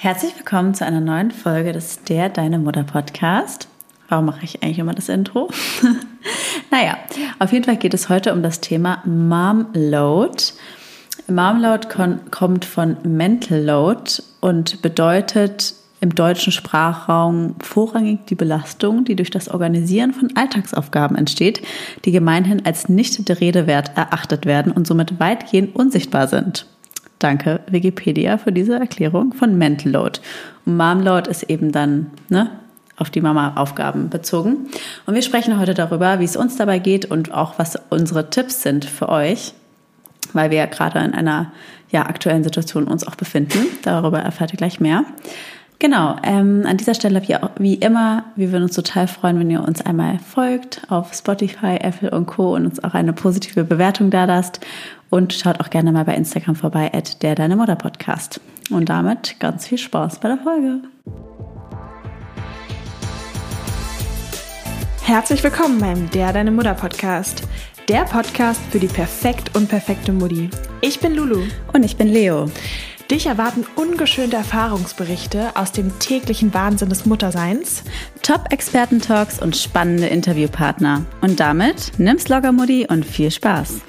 Herzlich willkommen zu einer neuen Folge des Der Deine Mutter Podcast. Warum mache ich eigentlich immer das Intro? Naja, auf jeden Fall geht es heute um das Thema Mom Load. Mom Load kommt von Mental Load und bedeutet im deutschen Sprachraum vorrangig die Belastung, die durch das Organisieren von Alltagsaufgaben entsteht, die gemeinhin als nicht der Rede wert erachtet werden und somit weitgehend unsichtbar sind. Danke Wikipedia für diese Erklärung von Mental Load. Und Mom Load ist eben dann auf die Mama-Aufgaben bezogen. Und wir sprechen heute darüber, wie es uns dabei geht und auch was unsere Tipps sind für euch, weil wir ja gerade in einer aktuellen Situation uns auch befinden. Darüber erfahrt ihr gleich mehr. Genau, an dieser Stelle wie immer, wir würden uns total freuen, wenn ihr uns einmal folgt auf Spotify, Apple und Co. und uns auch eine positive Bewertung da lasst. Und schaut auch gerne mal bei Instagram vorbei, @der-deine-Mutter-Podcast. Und damit ganz viel Spaß bei der Folge. Herzlich willkommen beim Der Deine Mutter Podcast. Der Podcast für die perfekt und perfekte Mutti. Ich bin Lulu. Und ich bin Leo. Dich erwarten ungeschönte Erfahrungsberichte aus dem täglichen Wahnsinn des Mutterseins, Top-Experten-Talks und spannende Interviewpartner. Und damit nimm's locker, Mutti, und viel Spaß.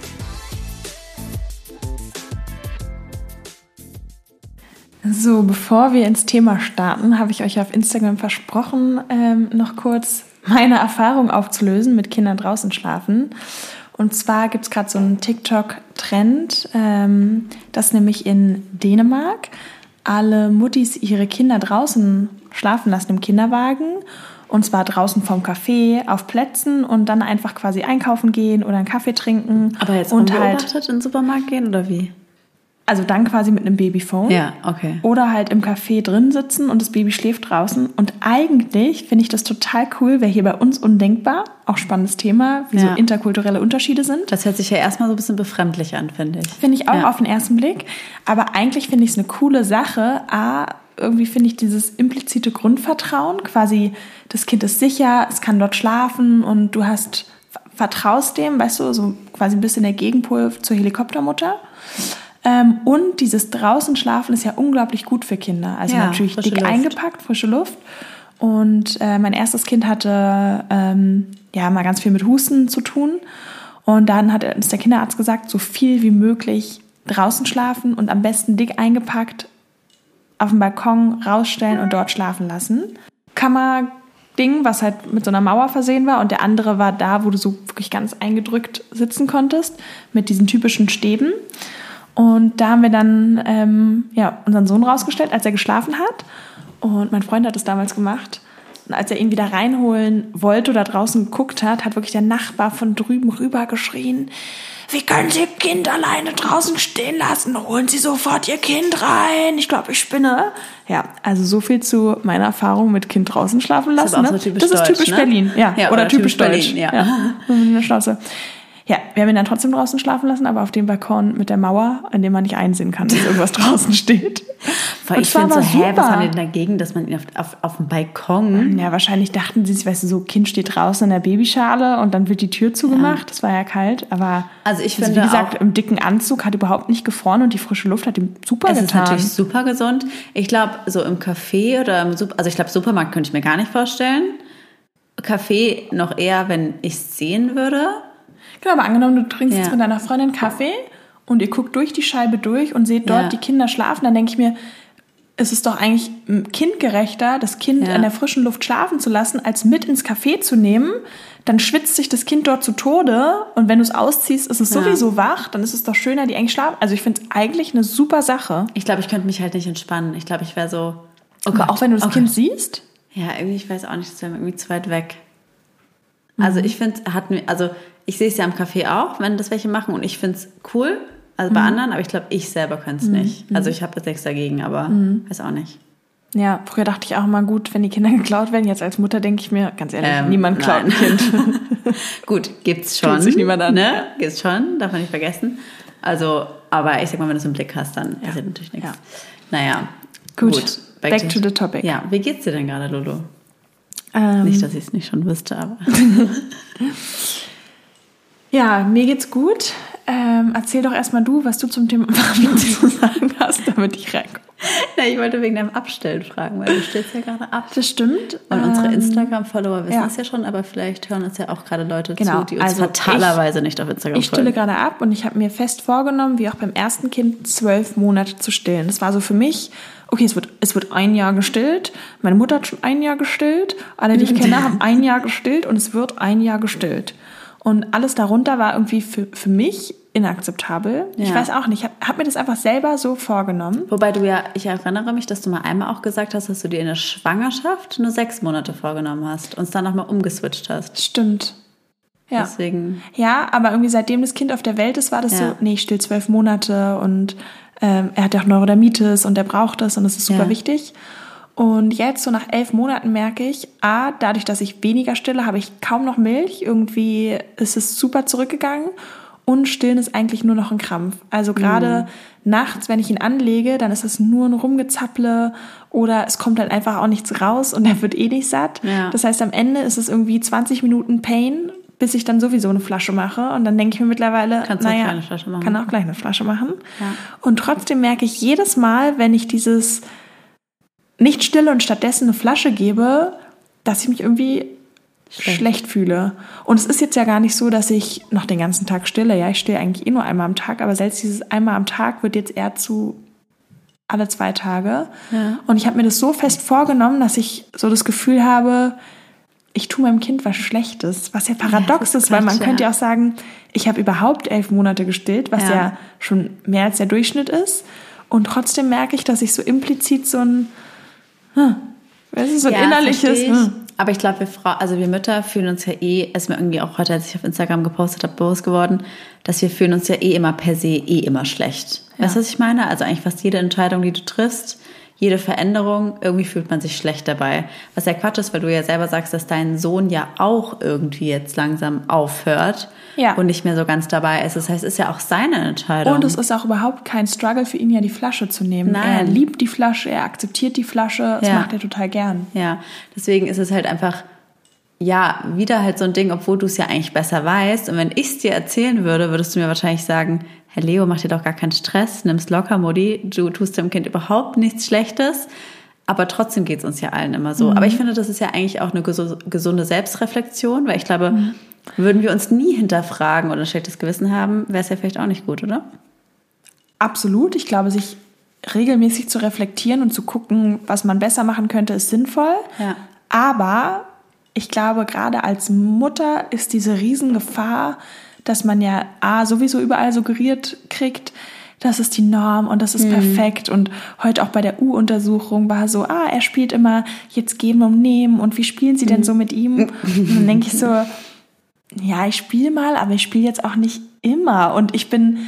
So, bevor wir ins Thema starten, habe ich euch auf Instagram versprochen, noch kurz meine Erfahrung aufzulösen mit Kindern draußen schlafen. Und zwar gibt es gerade so einen TikTok-Trend, dass nämlich in Dänemark alle Muttis ihre Kinder draußen schlafen lassen im Kinderwagen. Und zwar draußen vorm Café, auf Plätzen und dann einfach quasi einkaufen gehen oder einen Kaffee trinken. Aber jetzt und unbeobachtet in den Supermarkt gehen oder wie? Also dann quasi mit einem Babyphone. Ja, okay. Oder halt im Café drin sitzen und das Baby schläft draußen. Und eigentlich finde ich das total cool, wäre hier bei uns undenkbar. Auch spannendes Thema, wie so interkulturelle Unterschiede sind. Das hört sich ja erstmal so ein bisschen befremdlich an, finde ich. Finde ich auch auf den ersten Blick. Aber eigentlich finde ich es eine coole Sache. Irgendwie finde ich dieses implizite Grundvertrauen. Quasi, das Kind ist sicher, es kann dort schlafen und du vertraust dem, weißt du, so quasi ein bisschen der Gegenpol zur Helikoptermutter. Und dieses draußen schlafen ist ja unglaublich gut für Kinder. Also natürlich dick eingepackt, frische Luft. Und mein erstes Kind hatte mal ganz viel mit Husten zu tun. Und dann hat uns der Kinderarzt gesagt, so viel wie möglich draußen schlafen und am besten dick eingepackt auf dem Balkon rausstellen und dort schlafen lassen. Kammerding, was halt mit so einer Mauer versehen war. Und der andere war da, wo du so wirklich ganz eingedrückt sitzen konntest, mit diesen typischen Stäben. Und da haben wir dann unseren Sohn rausgestellt, als er geschlafen hat. Und mein Freund hat es damals gemacht. Und als er ihn wieder reinholen wollte oder draußen geguckt hat, hat wirklich der Nachbar von drüben rüber geschrien: Wie können Sie Ihr Kind alleine draußen stehen lassen? Holen Sie sofort Ihr Kind rein. Ich glaube, ich spinne. Ja, also so viel zu meiner Erfahrung mit Kind draußen schlafen lassen. Das ist auch so typisch Das ist typisch Deutsch, Berlin. Ja, oder typisch Deutsch. Berlin, ja. In der Schnauze. Ja, wir haben ihn dann trotzdem draußen schlafen lassen, aber auf dem Balkon mit der Mauer, an dem man nicht einsehen kann, dass irgendwas draußen steht. Ich finde so, was haben die denn dagegen, dass man ihn auf dem Balkon... Ja, wahrscheinlich dachten sie sich, weißt du, so Kind steht draußen in der Babyschale und dann wird die Tür zugemacht. Das war ja kalt, aber also ich finde wie gesagt, im dicken Anzug hat überhaupt nicht gefroren und die frische Luft hat ihm super getan. Es ist natürlich super gesund. Ich glaube, so im Café oder ich glaube, Supermarkt könnte ich mir gar nicht vorstellen. Café noch eher, wenn ich es sehen würde. Genau, aber angenommen, du trinkst jetzt mit deiner Freundin Kaffee und ihr guckt durch die Scheibe durch und seht dort die Kinder schlafen, dann denke ich mir, es ist doch eigentlich kindgerechter, das Kind an der frischen Luft schlafen zu lassen, als mit ins Café zu nehmen. Dann schwitzt sich das Kind dort zu Tode und wenn du es ausziehst, ist es sowieso wach. Dann ist es doch schöner, die eigentlich schlafen. Also ich finde es eigentlich eine super Sache. Ich glaube, ich könnte mich halt nicht entspannen. Ich glaube, ich wäre so... Aber auch wenn du das Kind siehst? Ja, irgendwie, ich weiß auch nicht, das wäre irgendwie zu weit weg. Also ich finde, ich sehe es ja im Café auch, wenn das welche machen und ich finde es cool, also bei anderen, aber ich glaube, ich selber könnte es nicht. Also ich habe jetzt nichts dagegen, aber weiß auch nicht. Ja, früher dachte ich auch mal, gut, wenn die Kinder geklaut werden, jetzt als Mutter denke ich mir, ganz ehrlich, niemand klaut ein Kind. Gut, gibt's schon. Sich niemand an. Ne? Gibt's schon, darf man nicht vergessen. Also, aber ich sag mal, wenn du es im Blick hast, dann passiert natürlich nichts. Ja. Naja, gut. Back to the topic. Ja, wie geht's dir denn gerade, Lulu? Nicht, dass ich es nicht schon wüsste, aber... Ja, mir geht's gut. Erzähl doch erstmal du, was du zum Thema Mami zu sagen hast, damit ich reinkomme. Ja, ich wollte wegen deinem Abstellen fragen, weil du stellst ja gerade ab. Das stimmt. Und unsere Instagram-Follower wissen es ja schon, aber vielleicht hören uns ja auch gerade Leute zu, die uns fatalerweise nicht auf Instagram folgen. Ich stille gerade ab und ich habe mir fest vorgenommen, wie auch beim ersten Kind, 12 Monate zu stillen. Das war so für mich, okay, es wird 1 Jahr gestillt. Meine Mutter hat schon 1 Jahr gestillt. Alle, die ich kenne, haben 1 Jahr gestillt und es wird 1 Jahr gestillt. Und alles darunter war irgendwie für mich inakzeptabel. Ja. Ich weiß auch nicht, ich hab mir das einfach selber so vorgenommen. Wobei ich erinnere mich, dass du mal einmal auch gesagt hast, dass du dir in der Schwangerschaft nur 6 Monate vorgenommen hast und es dann nochmal umgeswitcht hast. Stimmt. Ja. Deswegen. Ja, aber irgendwie seitdem das Kind auf der Welt ist, war das so, nee, ich still 12 Monate und er hat ja auch Neurodermitis und er braucht das und das ist super wichtig. Und jetzt, so nach 11 Monaten merke ich, dadurch, dass ich weniger stille, habe ich kaum noch Milch. Irgendwie ist es super zurückgegangen. Und stillen ist eigentlich nur noch ein Krampf. Also gerade nachts, wenn ich ihn anlege, dann ist es nur ein Rumgezapple oder es kommt halt einfach auch nichts raus und er wird eh nicht satt. Ja. Das heißt, am Ende ist es irgendwie 20 Minuten Pain, bis ich dann sowieso eine Flasche mache. Und dann denke ich mir mittlerweile, kann auch gleich eine Flasche machen. Ja. Und trotzdem merke ich jedes Mal, wenn ich dieses nicht stille und stattdessen eine Flasche gebe, dass ich mich irgendwie schlecht fühle. Und es ist jetzt ja gar nicht so, dass ich noch den ganzen Tag stille. Ja, ich stille eigentlich nur einmal am Tag, aber selbst dieses einmal am Tag wird jetzt eher zu alle 2 Tage. Ja. Und ich habe mir das so fest vorgenommen, dass ich so das Gefühl habe, ich tue meinem Kind was Schlechtes, was ja paradox ist, weil man könnte ja auch sagen, ich habe überhaupt 11 Monate gestillt, was ja schon mehr als der Durchschnitt ist. Und trotzdem merke ich, dass ich so implizit so ein innerliches... Aber ich glaube, wir Mütter fühlen uns ja ist mir irgendwie auch heute, als ich auf Instagram gepostet habe, bewusst geworden, dass wir fühlen uns ja immer per se immer schlecht. Ja. Weißt du, was ich meine? Also eigentlich fast jede Entscheidung, die du triffst, jede Veränderung, irgendwie fühlt man sich schlecht dabei. Was ja Quatsch ist, weil du ja selber sagst, dass dein Sohn ja auch irgendwie jetzt langsam aufhört und nicht mehr so ganz dabei ist. Das heißt, es ist ja auch seine Entscheidung. Und es ist auch überhaupt kein Struggle für ihn, ja die Flasche zu nehmen. Nein. Er liebt die Flasche, er akzeptiert die Flasche, das macht er total gern. Ja, deswegen ist es halt einfach, wieder halt so ein Ding, obwohl du es ja eigentlich besser weißt. Und wenn ich es dir erzählen würde, würdest du mir wahrscheinlich sagen, Herr Leo, mach dir doch gar keinen Stress, nimm's locker, Mutti, du tust dem Kind überhaupt nichts Schlechtes, aber trotzdem geht's uns ja allen immer so. Aber ich finde, das ist ja eigentlich auch eine gesunde Selbstreflexion, weil ich glaube, würden wir uns nie hinterfragen oder ein schlechtes Gewissen haben, wäre es ja vielleicht auch nicht gut, oder? Absolut. Ich glaube, sich regelmäßig zu reflektieren und zu gucken, was man besser machen könnte, ist sinnvoll. Ja. Aber ich glaube, gerade als Mutter ist diese Riesengefahr, dass man ja sowieso überall suggeriert kriegt, das ist die Norm und das ist perfekt. Und heute auch bei der U-Untersuchung war so, er spielt immer jetzt geben und nehmen und wie spielen Sie denn so mit ihm? Und dann denke ich so, ja, ich spiele mal, aber ich spiele jetzt auch nicht immer. Und ich bin,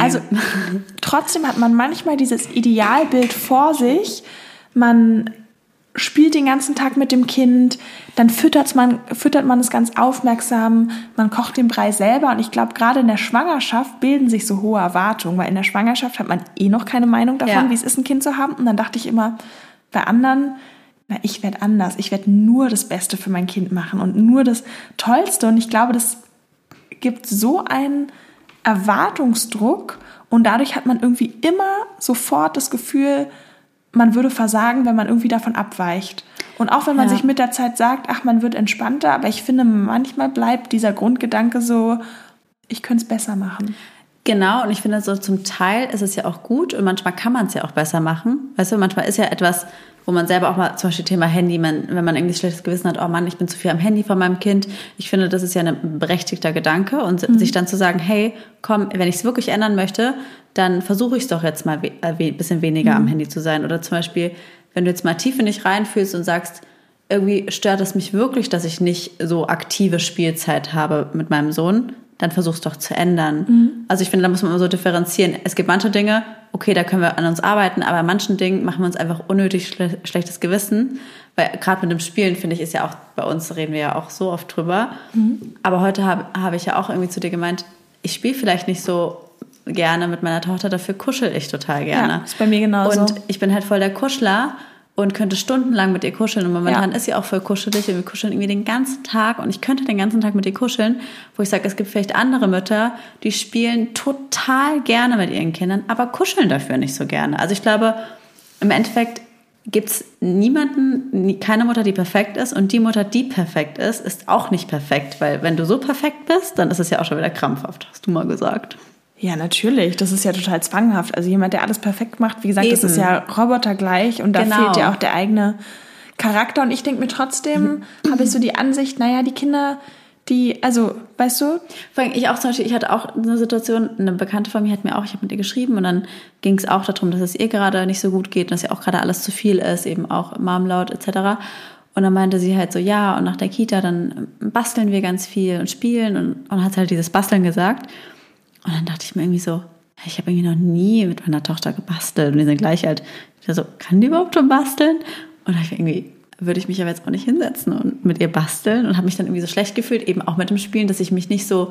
trotzdem hat man manchmal dieses Idealbild vor sich, man spielt den ganzen Tag mit dem Kind, dann füttert man es ganz aufmerksam, man kocht den Brei selber und ich glaube, gerade in der Schwangerschaft bilden sich so hohe Erwartungen, weil in der Schwangerschaft hat man noch keine Meinung davon, wie es ist, ein Kind zu haben und dann dachte ich immer, bei anderen, ich werde anders, ich werde nur das Beste für mein Kind machen und nur das Tollste und ich glaube, das gibt so einen Erwartungsdruck und dadurch hat man irgendwie immer sofort das Gefühl, man würde versagen, wenn man irgendwie davon abweicht. Und auch wenn man sich mit der Zeit sagt, man wird entspannter, aber ich finde, manchmal bleibt dieser Grundgedanke so, ich könnte es besser machen. Genau, und ich finde, so zum Teil ist es ja auch gut und manchmal kann man es ja auch besser machen. Weißt du, manchmal ist ja etwas, wo man selber auch mal, zum Beispiel Thema Handy, wenn man irgendwie schlechtes Gewissen hat, oh Mann, ich bin zu viel am Handy von meinem Kind. Ich finde, das ist ja ein berechtigter Gedanke und sich dann zu sagen, hey, komm, wenn ich es wirklich ändern möchte, dann versuche ich es doch jetzt mal ein bisschen weniger am Handy zu sein. Oder zum Beispiel, wenn du jetzt mal tief in dich reinfühlst und sagst, irgendwie stört es mich wirklich, dass ich nicht so aktive Spielzeit habe mit meinem Sohn, dann versuch's doch zu ändern. Also ich finde, da muss man immer so differenzieren. Es gibt manche Dinge, okay, da können wir an uns arbeiten, aber an manchen Dingen machen wir uns einfach unnötig schlechtes Gewissen. Weil gerade mit dem Spielen, finde ich, ist ja auch, bei uns reden wir ja auch so oft drüber. Aber heute habe ich ja auch irgendwie zu dir gemeint, ich spiele vielleicht nicht so gerne mit meiner Tochter, dafür kuschel ich total gerne. Ja, ist bei mir genauso. Und ich bin halt voll der Kuschler und könnte stundenlang mit ihr kuscheln. Und momentan ist sie auch voll kuschelig und wir kuscheln irgendwie den ganzen Tag. Und ich könnte den ganzen Tag mit ihr kuscheln, wo ich sage, es gibt vielleicht andere Mütter, die spielen total gerne mit ihren Kindern, aber kuscheln dafür nicht so gerne. Also ich glaube, im Endeffekt gibt es niemanden, keine Mutter, die perfekt ist, und die Mutter, die perfekt ist auch nicht perfekt, weil wenn du so perfekt bist, dann ist es ja auch schon wieder krampfhaft, hast du mal gesagt. Ja, natürlich. Das ist ja total zwanghaft. Also jemand, der alles perfekt macht, wie gesagt, das ist ja robotergleich und da fehlt ja auch der eigene Charakter. Und ich denke mir trotzdem, habe ich so die Ansicht, naja, die Kinder, also, weißt du? Ich auch zum Beispiel, ich hatte auch eine Situation, eine Bekannte von mir hat mir auch, ich habe mit ihr geschrieben und dann ging es auch darum, dass es ihr gerade nicht so gut geht und dass ja auch gerade alles zu viel ist, eben auch Mom-Load etc. Und dann meinte sie halt so, ja, und nach der Kita, dann basteln wir ganz viel und spielen und hat halt dieses Basteln gesagt. Und dann dachte ich mir irgendwie so, ich habe irgendwie noch nie mit meiner Tochter gebastelt und die sind gleich alt. Ich dachte so, kann die überhaupt schon basteln? Und da würde ich mich aber jetzt auch nicht hinsetzen und mit ihr basteln und habe mich dann irgendwie so schlecht gefühlt, eben auch mit dem Spielen, dass ich mich nicht so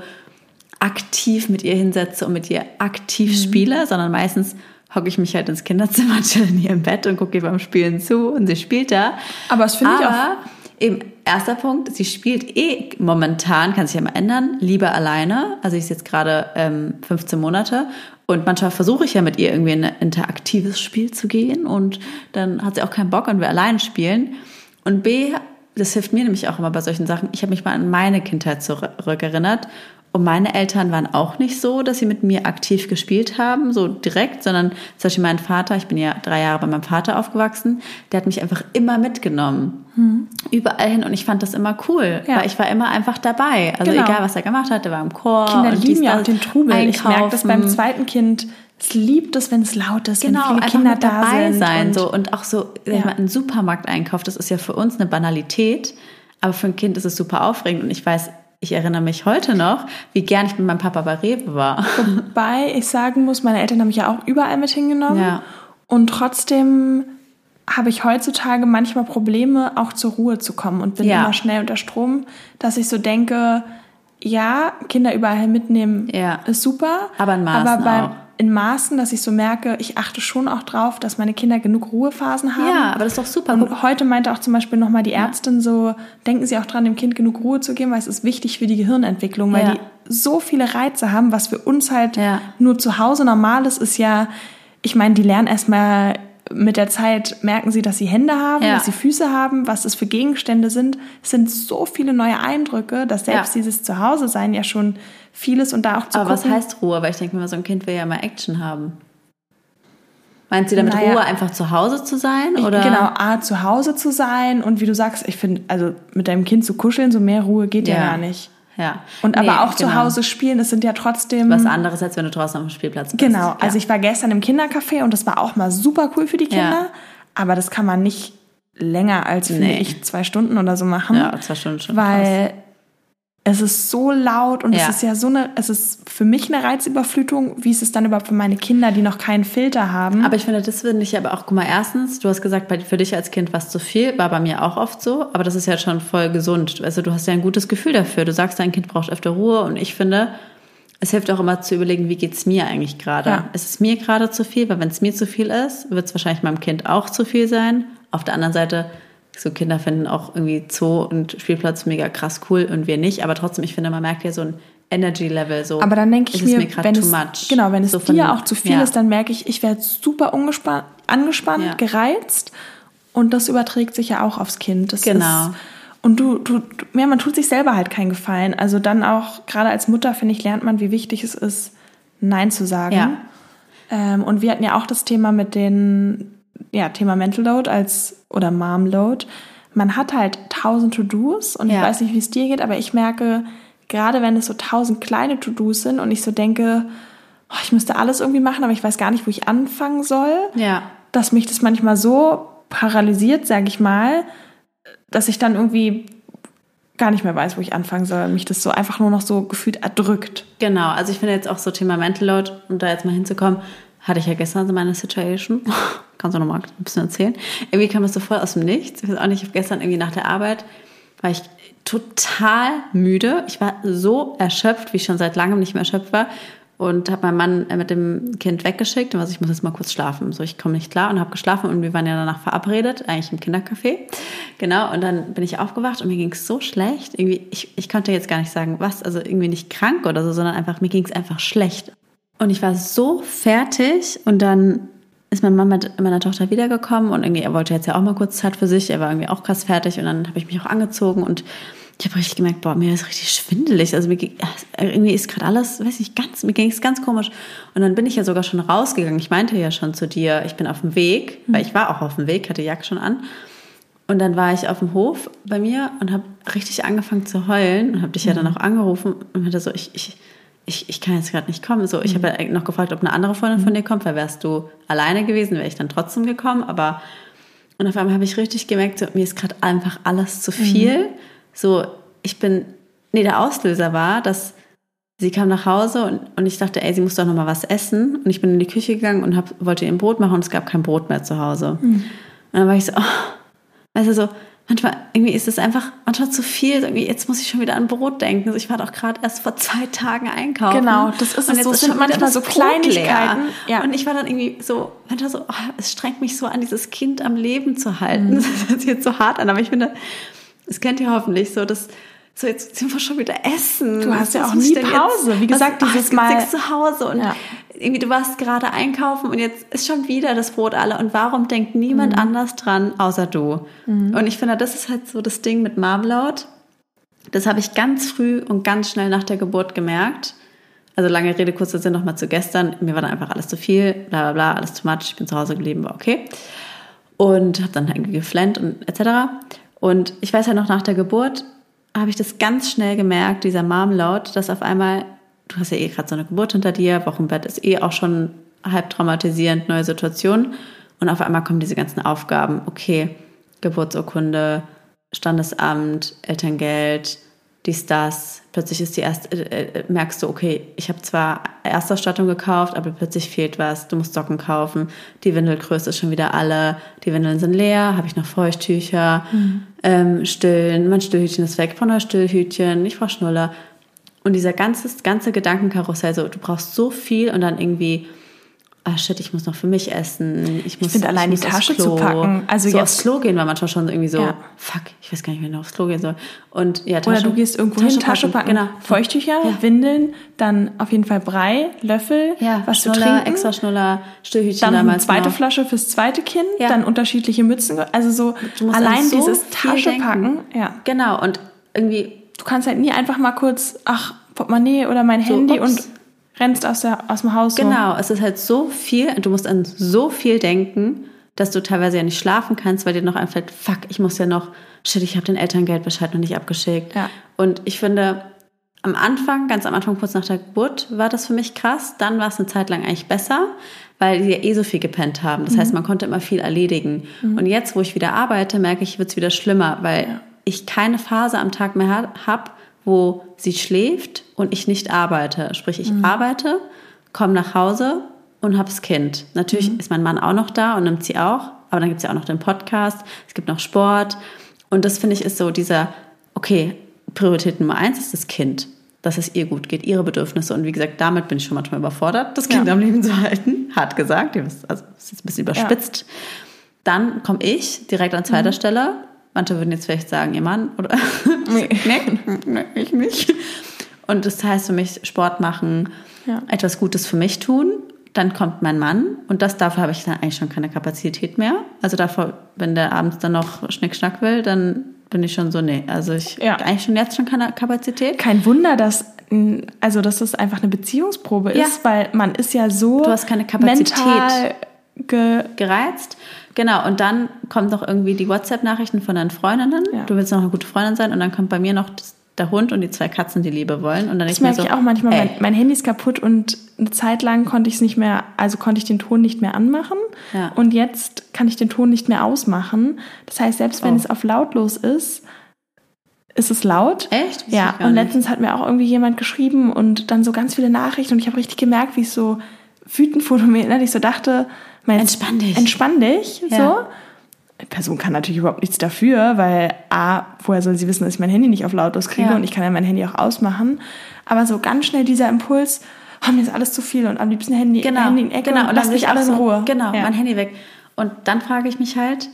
aktiv mit ihr hinsetze und mit ihr aktiv spiele, sondern meistens hocke ich mich halt ins Kinderzimmer, chill in ihrem Bett und gucke ihr beim Spielen zu und sie spielt da. Aber das finde ich auch... Eben, erster Punkt, sie spielt momentan, kann sich ja mal ändern, lieber alleine. Also ich ist jetzt gerade 15 Monate und manchmal versuche ich ja mit ihr irgendwie in ein interaktives Spiel zu gehen und dann hat sie auch keinen Bock und wir alleine spielen. Und B, das hilft mir nämlich auch immer bei solchen Sachen, ich habe mich mal an meine Kindheit zurückerinnert. Und meine Eltern waren auch nicht so, dass sie mit mir aktiv gespielt haben, so direkt, sondern zum Beispiel mein Vater, ich bin ja 3 Jahre bei meinem Vater aufgewachsen, der hat mich einfach immer mitgenommen, überall hin und ich fand das immer cool, weil ich war immer einfach dabei. Also egal, was er gemacht hat, der war im Chor. Kinder und lieben ja auch den Trubel. Einkaufen. Ich merke das beim zweiten Kind, es liebt es, wenn es laut ist, genau, wenn viele Kinder da dabei sind. Sein, so. Und auch so, sag ich mal, ein Supermarkteinkauf, das ist ja für uns eine Banalität, aber für ein Kind ist es super aufregend und ich erinnere mich heute noch, wie gern ich mit meinem Papa bei Rewe war. Wobei ich sagen muss, meine Eltern haben mich ja auch überall mit hingenommen. Ja. Und trotzdem habe ich heutzutage manchmal Probleme, auch zur Ruhe zu kommen und bin immer schnell unter Strom, dass ich so denke, ja, Kinder überall mitnehmen ist super. Aber in Maßen auch. In Maßen, dass ich so merke, ich achte schon auch drauf, dass meine Kinder genug Ruhephasen haben. Ja, aber das ist doch super. Und heute meinte auch zum Beispiel nochmal die Ärztin so, denken Sie auch dran, dem Kind genug Ruhe zu geben, weil es ist wichtig für die Gehirnentwicklung, weil die so viele Reize haben, was für uns halt nur zu Hause normal ist ja, ich meine, die lernen erstmal mit der Zeit, merken sie, dass sie Hände haben, dass sie Füße haben, was es für Gegenstände sind. Es sind so viele neue Eindrücke, dass selbst dieses Zuhause-Sein ja schon vieles und da auch zu aber gucken. was heißt Ruhe? Weil ich denke mir, so ein Kind will ja mal Action haben. Meinst du damit Ruhe, einfach zu Hause zu sein? Oder? Genau, zu Hause zu sein und wie du sagst, ich finde, also mit deinem Kind zu kuscheln, so mehr Ruhe geht ja gar nicht. Ja. Und aber auch zu Hause spielen, das sind ja trotzdem... Was anderes, als wenn du draußen auf dem Spielplatz bist. Genau, also ich war gestern im Kindercafé und das war auch mal super cool für die Kinder, aber das kann man nicht länger als, finde ich, 2 Stunden oder so machen. Ja, 2 Stunden schon. Weil es ist so laut und es ist ja es ist für mich eine Reizüberflutung, wie ist es dann überhaupt für meine Kinder, die noch keinen Filter haben. Aber ich finde, das finde ich aber auch, guck mal, erstens, du hast gesagt, für dich als Kind war es zu viel, war bei mir auch oft so, aber das ist ja schon voll gesund. Also du hast ja ein gutes Gefühl dafür. Du sagst, dein Kind braucht öfter Ruhe und ich finde, es hilft auch immer zu überlegen, wie geht's mir eigentlich gerade? Ja. Ist es mir gerade zu viel? Weil wenn es mir zu viel ist, wird es wahrscheinlich meinem Kind auch zu viel sein. Auf der anderen Seite, so Kinder finden auch irgendwie Zoo und Spielplatz mega krass cool und wir nicht. Aber trotzdem, ich finde, man merkt ja so ein Energy-Level. So, aber dann denke ich mir, wenn es so dir auch zu viel ist, dann merke ich werde super angespannt, gereizt. Und das überträgt sich ja auch aufs Kind. Das ist, und man tut sich selber halt keinen Gefallen. Also dann auch, gerade als Mutter, finde ich, lernt man, wie wichtig es ist, Nein zu sagen. Ja. Und wir hatten ja auch das Thema mit Thema Mental Load oder Mom Load. Man hat halt 1000 To-Dos und ich weiß nicht, wie es dir geht, aber ich merke, gerade wenn es so 1000 kleine To-Dos sind und ich so denke, ich müsste alles irgendwie machen, aber ich weiß gar nicht, wo ich anfangen soll, dass mich das manchmal so paralysiert, sage ich mal, dass ich dann irgendwie gar nicht mehr weiß, wo ich anfangen soll, mich das so einfach nur noch so gefühlt erdrückt. Genau, also ich finde jetzt auch so Thema Mental Load, um da jetzt mal hinzukommen, hatte ich ja gestern so meine Situation. Kannst du noch mal ein bisschen erzählen? Irgendwie kam es so voll aus dem Nichts. Ich weiß auch nicht, ich habe gestern irgendwie nach der Arbeit, war ich total müde. Ich war so erschöpft, wie ich schon seit langem nicht mehr erschöpft war. Und habe meinen Mann mit dem Kind weggeschickt. Und ich muss jetzt mal kurz schlafen. So, ich komme nicht klar und habe geschlafen. Und wir waren ja danach verabredet, eigentlich im Kindercafé. Genau, und dann bin ich aufgewacht und mir ging es so schlecht. Irgendwie, ich konnte jetzt gar nicht sagen, was. Also irgendwie nicht krank oder so, sondern einfach, mir ging es einfach schlecht. Und ich war so fertig und dann ist meine Mama mit meiner Tochter wiedergekommen und irgendwie, er wollte jetzt ja auch mal kurz Zeit für sich, er war irgendwie auch krass fertig und dann habe ich mich auch angezogen und ich habe richtig gemerkt, boah, mir ist richtig schwindelig, also irgendwie ist gerade alles, weiß nicht, mir ging es ganz komisch und dann bin ich ja sogar schon rausgegangen, ich meinte ja schon zu dir, ich bin auf dem Weg, weil ich war auch auf dem Weg, hatte die Jacke schon an und dann war ich auf dem Hof bei mir und habe richtig angefangen zu heulen und habe dich ja dann auch angerufen und meinte so, ich kann jetzt gerade nicht kommen. So, ich habe ja noch gefragt, ob eine andere Freundin von dir kommt, weil wärst du alleine gewesen, wäre ich dann trotzdem gekommen. Aber und auf einmal habe ich richtig gemerkt, so, mir ist gerade einfach alles zu viel. So, der Auslöser war, dass sie kam nach Hause und ich dachte, sie muss doch noch mal was essen. Und ich bin in die Küche gegangen und wollte ihr ein Brot machen und es gab kein Brot mehr zu Hause. Und dann war ich so, weißt du, so, manchmal irgendwie ist es einfach manchmal zu viel. Irgendwie, jetzt muss ich schon wieder an Brot denken. Also ich war doch gerade erst vor 2 Tagen einkaufen. Genau, das ist es so. Es sind manchmal so Kleinigkeiten. Ja. Und ich war dann irgendwie so, manchmal so, es strengt mich so an, dieses Kind am Leben zu halten. Das hört sich jetzt so hart an, aber ich finde, das kennt ihr hoffentlich so, dass so jetzt sind wir schon wieder essen. Du hast ja auch nie Pause. Wie gesagt, dieses Mal zu Hause und irgendwie du warst gerade einkaufen und jetzt ist schon wieder das Brot alle und warum denkt niemand anders dran, außer du? Und ich finde, das ist halt so das Ding mit Marmalade. Das habe ich ganz früh und ganz schnell nach der Geburt gemerkt. Also lange Rede, kurzer Sinn nochmal zu gestern. Mir war dann einfach alles zu viel, bla bla bla, alles too much. Ich bin zu Hause geblieben, war okay. Und habe dann irgendwie geflennt und etc. Und ich weiß halt noch, nach der Geburt habe ich das ganz schnell gemerkt, dieser Marmalade, dass auf einmal, du hast ja gerade so eine Geburt hinter dir, Wochenbett ist auch schon halb traumatisierend, neue Situation und auf einmal kommen diese ganzen Aufgaben, okay, Geburtsurkunde, Standesamt, Elterngeld, dies, das, plötzlich ist merkst du, okay, ich habe zwar Erstausstattung gekauft, aber plötzlich fehlt was, du musst Socken kaufen, die Windelgröße ist schon wieder alle, die Windeln sind leer, habe ich noch Feuchttücher, Stillen, mein Stillhütchen ist weg, ich brauche neues Stillhütchen, ich brauche Schnuller und dieser ganze Gedankenkarussell, so, du brauchst so viel und dann irgendwie shit, ich muss noch für mich essen. Ich finde allein die Tasche zu packen. Also so jetzt aufs Klo gehen war manchmal schon irgendwie so, fuck, ich weiß gar nicht, wie ich aufs Klo gehen soll. Und ja, Tasche, oder du gehst irgendwo hin, Tasche packen, genau. Feuchttücher, Windeln, dann auf jeden Fall Brei, Löffel, was Schnuller, zu trinken. Extra Schnuller, Stillhütchen dann damals eine zweite Flasche fürs zweite Kind, dann unterschiedliche Mützen. Also so allein so dieses Tasche packen. Ja. Genau, und irgendwie... Du kannst halt nie einfach mal kurz, Portemonnaie oder mein Handy und... rennst aus dem Haus. Genau, es ist halt so viel, du musst an so viel denken, dass du teilweise ja nicht schlafen kannst, weil dir noch einfällt, fuck, ich muss ja noch, ich habe den Elterngeldbescheid noch nicht abgeschickt. Ja. Und ich finde, ganz am Anfang, kurz nach der Geburt, war das für mich krass. Dann war es eine Zeit lang eigentlich besser, weil die ja so viel gepennt haben. Das heißt, man konnte immer viel erledigen. Und jetzt, wo ich wieder arbeite, merke ich, wird es wieder schlimmer, weil ich keine Phase am Tag mehr habe, wo sie schläft und ich nicht arbeite. Sprich, ich arbeite, komme nach Hause und habe das Kind. Natürlich ist mein Mann auch noch da und nimmt sie auch, aber dann gibt es ja auch noch den Podcast, es gibt noch Sport und das, finde ich, ist so dieser, okay, Priorität Nummer 1 ist das Kind, dass es ihr gut geht, ihre Bedürfnisse und wie gesagt, damit bin ich schon manchmal überfordert, das Kind am Leben zu halten, hart gesagt, also das ist jetzt ein bisschen überspitzt. Dann komme ich direkt an zweiter Stelle. Manche würden jetzt vielleicht sagen, ihr Mann oder nee, ich nicht. Und das heißt für mich, Sport machen, etwas Gutes für mich tun. Dann kommt mein Mann und dafür habe ich dann eigentlich schon keine Kapazität mehr. Also davor, wenn der abends dann noch Schnickschnack will, dann bin ich schon so, also ich habe eigentlich schon jetzt schon keine Kapazität. Kein Wunder, dass das einfach eine Beziehungsprobe ist, weil man ist ja so du hast keine Kapazität mental gereizt. Genau, und dann kommt noch irgendwie die WhatsApp-Nachrichten von deinen Freundinnen. Ja. Du willst noch eine gute Freundin sein und dann kommt bei mir noch der Hund und die 2 Katzen, die Liebe wollen. Und dann das merke ich auch manchmal. Mein Handy ist kaputt und eine Zeit lang konnte ich den Ton nicht mehr anmachen. Ja. Und jetzt kann ich den Ton nicht mehr ausmachen. Das heißt, selbst wenn es auf lautlos ist es laut. Echt? Ja, und letztens hat mir auch irgendwie jemand geschrieben und dann so ganz viele Nachrichten und ich habe richtig gemerkt, wie ich so wütend wurde, dass ich so dachte, Entspann dich. Ja. So. Die Person kann natürlich überhaupt nichts dafür, weil woher soll sie wissen, dass ich mein Handy nicht auf lautlos kriege und ich kann ja mein Handy auch ausmachen. Aber so ganz schnell dieser Impuls, mir ist alles zu viel und am liebsten Handy in die Ecke und lass mich alles in Ruhe. Genau, mein Handy weg. Und dann frage ich mich halt,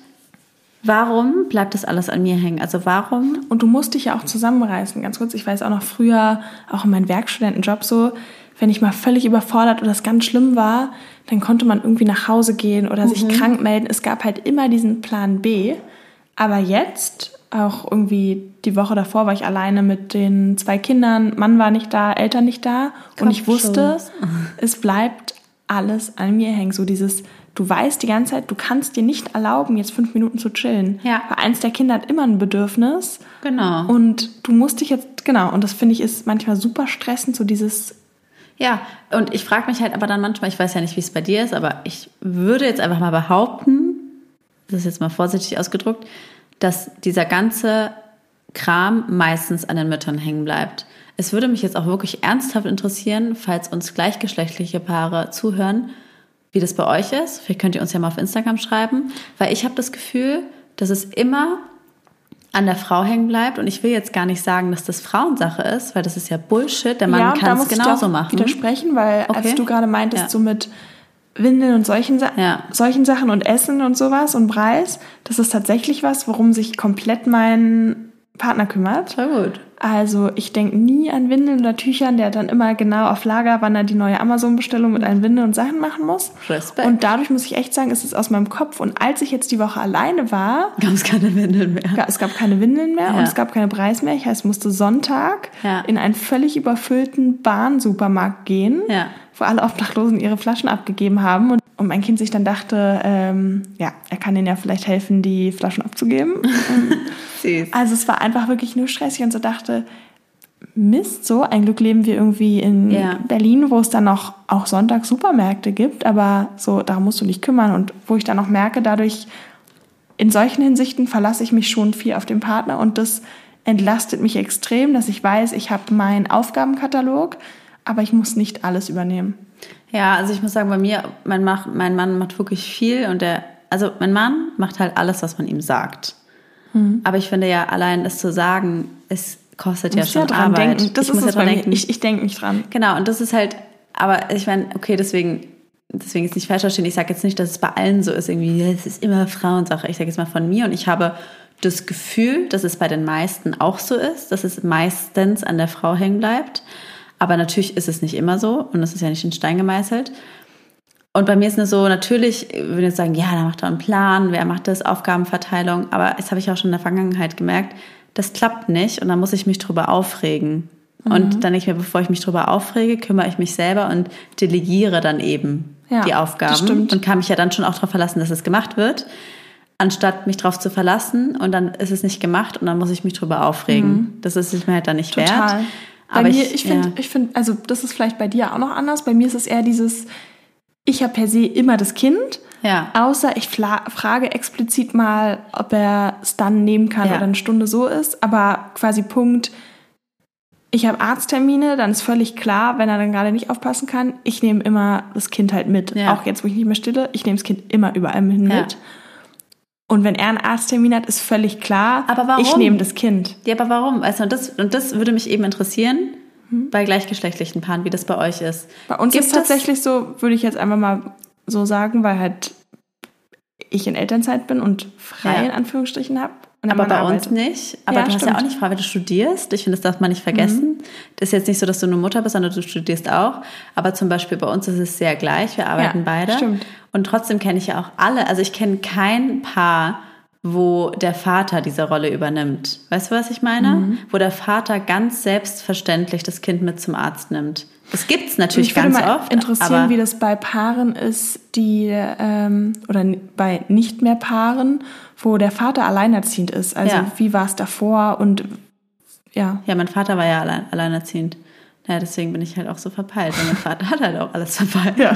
warum bleibt das alles an mir hängen? Also warum? Und du musst dich ja auch zusammenreißen. Ganz kurz, ich weiß auch noch früher, auch in meinem Werkstudentenjob so, wenn ich mal völlig überfordert oder das ganz schlimm war, dann konnte man irgendwie nach Hause gehen oder sich krank melden. Es gab halt immer diesen Plan B. Aber jetzt, auch irgendwie die Woche davor, war ich alleine mit den 2 Kindern. Mann war nicht da, Eltern nicht da. Und ich wusste, es bleibt alles an mir hängen. So dieses, du weißt die ganze Zeit, du kannst dir nicht erlauben, jetzt 5 Minuten zu chillen. Ja. Weil eins der Kinder hat immer ein Bedürfnis. Genau. Und du musst dich jetzt, genau, und das finde ich ist manchmal super stressend, so dieses... Ja, und ich frage mich halt aber dann manchmal, ich weiß ja nicht, wie es bei dir ist, aber ich würde jetzt einfach mal behaupten, das ist jetzt mal vorsichtig ausgedrückt, dass dieser ganze Kram meistens an den Müttern hängen bleibt. Es würde mich jetzt auch wirklich ernsthaft interessieren, falls uns gleichgeschlechtliche Paare zuhören, wie das bei euch ist. Vielleicht könnt ihr uns ja mal auf Instagram schreiben, weil ich habe das Gefühl, dass es immer an der Frau hängen bleibt. Und ich will jetzt gar nicht sagen, dass das Frauensache ist, weil das ist ja Bullshit. Der Mann kann es genauso machen. Widersprechen, weil als du gerade meintest, so mit Windeln und solchen Sachen und Essen und sowas und Preis, das ist tatsächlich was, worum sich komplett mein Partner kümmert. Sehr gut. Also ich denke nie an Windeln oder Tüchern, der hat dann immer genau auf Lager, wann er die neue Amazon-Bestellung mit allen Windeln und Sachen machen muss. Respekt. Und dadurch muss ich echt sagen, ist es aus meinem Kopf. Und als ich jetzt die Woche alleine war... Gab es keine Windeln mehr. Es gab keine Windeln mehr und es gab keine Preis mehr. Ich heißt, ich musste Sonntag in einen völlig überfüllten Bahnsupermarkt gehen, wo alle Obdachlosen ihre Flaschen abgegeben haben. Und mein Kind sich dann dachte, er kann ihnen ja vielleicht helfen, die Flaschen abzugeben. Also es war einfach wirklich nur stressig und so dachte, Mist, so ein Glück leben wir irgendwie in Berlin, wo es dann noch auch Sonntag Supermärkte gibt, aber so, darum musst du dich kümmern. Und wo ich dann auch merke, dadurch, in solchen Hinsichten verlasse ich mich schon viel auf den Partner und das entlastet mich extrem, dass ich weiß, ich habe meinen Aufgabenkatalog, aber ich muss nicht alles übernehmen. Ja, also ich muss sagen, bei mir, mein Mann macht wirklich viel und mein Mann macht halt alles, was man ihm sagt. Aber ich finde ja, allein das zu sagen, es kostet ja schon dran Arbeit. Denken. Das ist es bei mir. Ich denke nicht dran. Genau, und das ist halt, aber ich meine, okay, deswegen ist nicht falsch verstehen. Ich sage jetzt nicht, dass es bei allen so ist, irgendwie, es ist immer Frauensache. Ich sage jetzt mal von mir und ich habe das Gefühl, dass es bei den meisten auch so ist, dass es meistens an der Frau hängen bleibt. Aber natürlich ist es nicht immer so und es ist ja nicht in Stein gemeißelt. Und bei mir ist es so, natürlich, ich würde jetzt sagen, ja, da macht er einen Plan, wer macht das, Aufgabenverteilung. Aber das habe ich auch schon in der Vergangenheit gemerkt, das klappt nicht und dann muss ich mich drüber aufregen. Und dann nicht mehr, bevor ich mich drüber aufrege, kümmere ich mich selber und delegiere dann eben die Aufgaben. Und kann mich ja dann schon auch darauf verlassen, dass es gemacht wird, anstatt mich darauf zu verlassen und dann ist es nicht gemacht und dann muss ich mich drüber aufregen. Das ist es mir halt dann nicht wert. Aber ich finde, also das ist vielleicht bei dir auch noch anders. Bei mir ist es eher dieses, ich habe per se immer das Kind, außer ich frage explizit mal, ob er es dann nehmen kann oder eine Stunde so ist. Aber quasi Punkt, ich habe Arzttermine, dann ist völlig klar, wenn er dann gerade nicht aufpassen kann, ich nehme immer das Kind halt mit. Auch jetzt, wo ich nicht mehr stille, ich nehme das Kind immer überall mit. Und wenn er einen Arzttermin hat, ist völlig klar, aber warum? Ich nehme das Kind. Ja, aber warum? Also das würde mich eben interessieren, bei gleichgeschlechtlichen Paaren, wie das bei euch ist. Bei uns ist es tatsächlich so, würde ich jetzt einfach mal so sagen, weil halt ich in Elternzeit bin und frei in Anführungsstrichen habe. Aber bei uns nicht. Aber du hast ja auch nicht frei, weil du studierst. Ich finde, das darf man nicht vergessen. Das ist jetzt nicht so, dass du nur Mutter bist, sondern du studierst auch. Aber zum Beispiel bei uns ist es sehr gleich. Wir arbeiten beide. Stimmt. Und trotzdem kenne ich ja auch alle. Also ich kenne kein Paar, wo der Vater diese Rolle übernimmt. Weißt du, was ich meine? Wo der Vater ganz selbstverständlich das Kind mit zum Arzt nimmt. Das gibt's natürlich ganz oft. Mich würde mal interessieren, wie das bei Paaren ist, die oder bei nicht mehr Paaren, wo der Vater alleinerziehend ist. Also wie war es davor und Ja, mein Vater war ja alleinerziehend. Ja, deswegen bin ich halt auch so verpeilt. Und mein Vater hat halt auch alles verpeilt. Ja.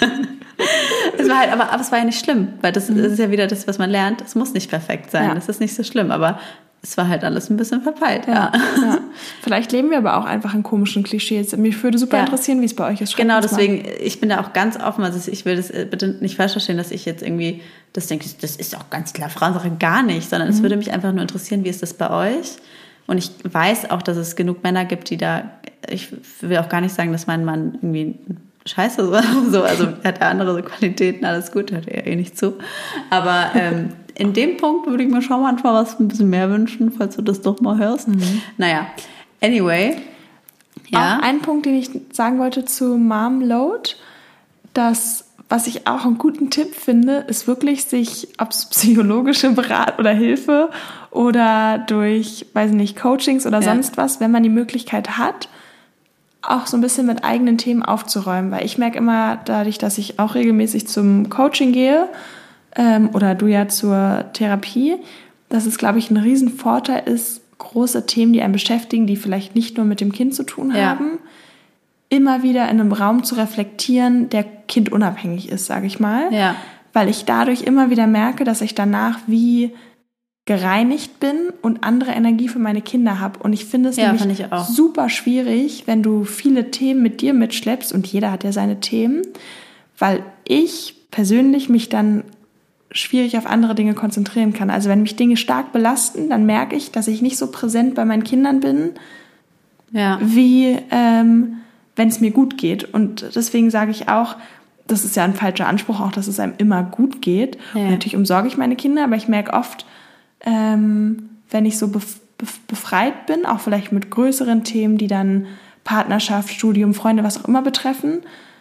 Es war halt, aber es war ja nicht schlimm, weil das ist ja wieder das, was man lernt. Es muss nicht perfekt sein. Ja. Das ist nicht so schlimm, aber es war halt alles ein bisschen verpeilt. Ja. Vielleicht leben wir aber auch einfach in komischen Klischees. Mich würde super interessieren, wie es bei euch ist. Genau, deswegen, ich bin da auch ganz offen. Also ich will das bitte nicht falsch verstehen, dass ich jetzt irgendwie das denke, das ist auch ganz klar Frauensache, gar nicht, sondern es würde mich einfach nur interessieren, wie ist das bei euch? Und ich weiß auch, dass es genug Männer gibt, die da, ich will auch gar nicht sagen, dass mein Mann irgendwie scheiße ist, so, also er hat ja andere Qualitäten, alles gut, hört er eh nicht zu. Aber in dem Punkt würde ich mir schon manchmal was ein bisschen mehr wünschen, falls du das doch mal hörst. Naja, anyway. Ja. Auch ein Punkt, den ich sagen wollte zu Mom Load, das, was ich auch einen guten Tipp finde, ist wirklich sich, ob es psychologische Berat oder Hilfe oder durch, weiß nicht, Coachings oder sonst was, wenn man die Möglichkeit hat, auch so ein bisschen mit eigenen Themen aufzuräumen. Weil ich merke immer dadurch, dass ich auch regelmäßig zum Coaching gehe oder du ja zur Therapie, dass es, glaube ich, ein Riesenvorteil ist, große Themen, die einen beschäftigen, die vielleicht nicht nur mit dem Kind zu tun haben, immer wieder in einem Raum zu reflektieren, der kindunabhängig ist, sage ich mal. Ja. Weil ich dadurch immer wieder merke, dass ich danach wie gereinigt bin und andere Energie für meine Kinder habe. Und ich finde es nämlich super schwierig, wenn du viele Themen mit dir mitschleppst, und jeder hat ja seine Themen, weil ich persönlich mich dann schwierig auf andere Dinge konzentrieren kann. Also wenn mich Dinge stark belasten, dann merke ich, dass ich nicht so präsent bei meinen Kindern bin, wie wenn es mir gut geht. Und deswegen sage ich auch, das ist ja ein falscher Anspruch, auch dass es einem immer gut geht. Ja. Und natürlich umsorge ich meine Kinder, aber ich merke oft, wenn ich so befreit bin, auch vielleicht mit größeren Themen, die dann Partnerschaft, Studium, Freunde, was auch immer betreffen,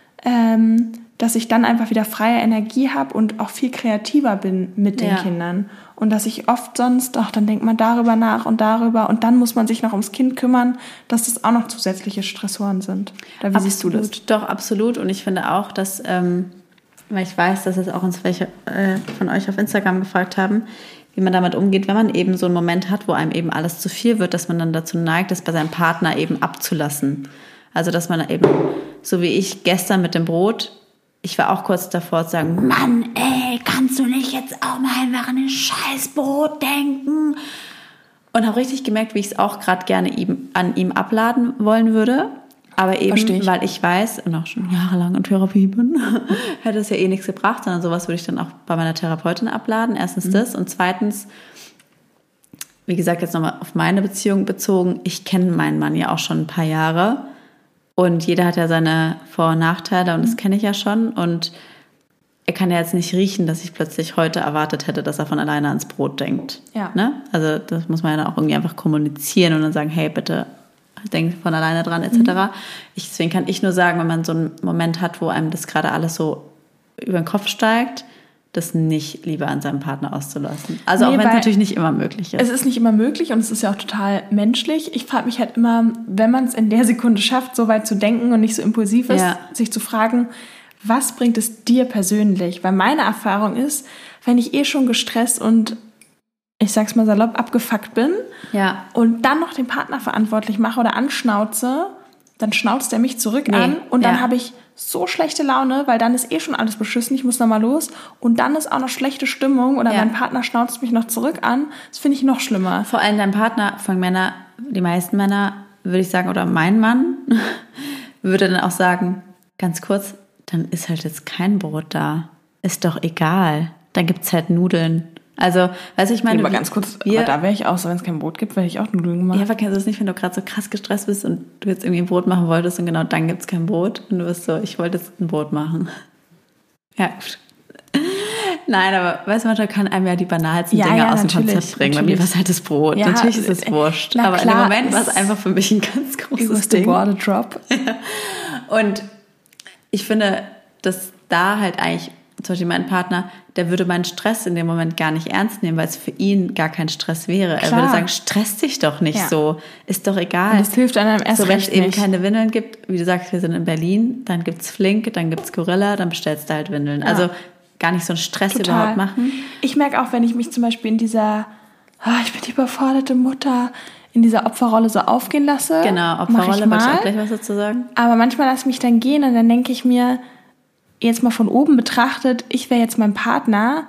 dass ich dann einfach wieder freie Energie habe und auch viel kreativer bin mit den Kindern. Und dass ich oft sonst, dann denkt man darüber nach und darüber und dann muss man sich noch ums Kind kümmern, dass das auch noch zusätzliche Stressoren sind. Oder wie siehst du das? Doch, absolut. Und ich finde auch, dass, weil ich weiß, dass es auch uns welche von euch auf Instagram gefragt haben, wie man damit umgeht, wenn man eben so einen Moment hat, wo einem eben alles zu viel wird, dass man dann dazu neigt, das bei seinem Partner eben abzulassen. Also, dass man eben, so wie ich gestern mit dem Brot, ich war auch kurz davor zu sagen, Mann, ey, kannst du nicht jetzt auch mal einfach an den Scheißbrot denken? Und habe richtig gemerkt, wie ich es auch gerade gerne an ihm abladen wollen würde. Aber eben, weil ich weiß und auch schon jahrelang in Therapie bin, hätte es ja eh nichts gebracht, sondern sowas würde ich dann auch bei meiner Therapeutin abladen. Erstens das und zweitens, wie gesagt, jetzt nochmal auf meine Beziehung bezogen, ich kenne meinen Mann ja auch schon ein paar Jahre und jeder hat ja seine Vor- und Nachteile und das kenne ich ja schon und er kann ja jetzt nicht riechen, dass ich plötzlich heute erwartet hätte, dass er von alleine ans Brot denkt. Ja. Ne? Also das muss man ja dann auch irgendwie einfach kommunizieren und dann sagen, hey, bitte denk von alleine dran, etc. Deswegen kann ich nur sagen, wenn man so einen Moment hat, wo einem das gerade alles so über den Kopf steigt, das nicht lieber an seinem Partner auszulassen. Also auch wenn es natürlich nicht immer möglich ist. Es ist nicht immer möglich und es ist ja auch total menschlich. Ich frage mich halt immer, wenn man es in der Sekunde schafft, so weit zu denken und nicht so impulsiv ist, sich zu fragen, was bringt es dir persönlich? Weil meine Erfahrung ist, wenn ich eh schon gestresst und ich sag's mal salopp, abgefuckt bin und dann noch den Partner verantwortlich mache oder anschnauze, dann schnauzt er mich zurück an und dann habe ich so schlechte Laune, weil dann ist eh schon alles beschissen, ich muss nochmal los und dann ist auch noch schlechte Stimmung oder mein Partner schnauzt mich noch zurück an. Das finde ich noch schlimmer. Vor allem dein Partner, von Männer, die meisten Männer, würde ich sagen, oder mein Mann, würde dann auch sagen, ganz kurz, dann ist halt jetzt kein Brot da. Ist doch egal. Dann gibt's halt Nudeln. Also, weißt du, ich meine... Aber ganz kurz, aber da wäre ich auch so, wenn es kein Brot gibt, wäre ich auch Nudeln gemacht. Ja, aber kennst du das nicht, wenn du gerade so krass gestresst bist und du jetzt irgendwie ein Brot machen wolltest und genau dann gibt es kein Brot und du bist so, ich wollte jetzt ein Brot machen. Ja, nein, aber weißt du, manchmal kann einem ja die banalsten Dinge aus dem Konzept bringen. Bei mir war es halt das Brot. Ja, natürlich ist es wurscht. Aber klar, in dem Moment war es einfach für mich ein ganz großes Ding. The drop. Ja. Und ich finde, dass da halt eigentlich zum Beispiel mein Partner, der würde meinen Stress in dem Moment gar nicht ernst nehmen, weil es für ihn gar kein Stress wäre. Klar. Er würde sagen, stress dich doch nicht so, ist doch egal. Und das hilft einem erst so, wenn es recht eben nicht. keine Windeln gibt, wie du sagst, wir sind in Berlin, dann gibt's Flink, dann gibt's Gorilla, dann bestellst du halt Windeln. Ja. Also gar nicht so einen Stress überhaupt machen. Ich merke auch, wenn ich mich zum Beispiel in dieser, ich bin die überforderte Mutter, in dieser Opferrolle so aufgehen lasse. Genau, Opferrolle, wollte ich auch gleich was dazu sagen. Aber manchmal lasse ich mich dann gehen und dann denke ich mir, jetzt mal von oben betrachtet, ich wäre jetzt mein Partner,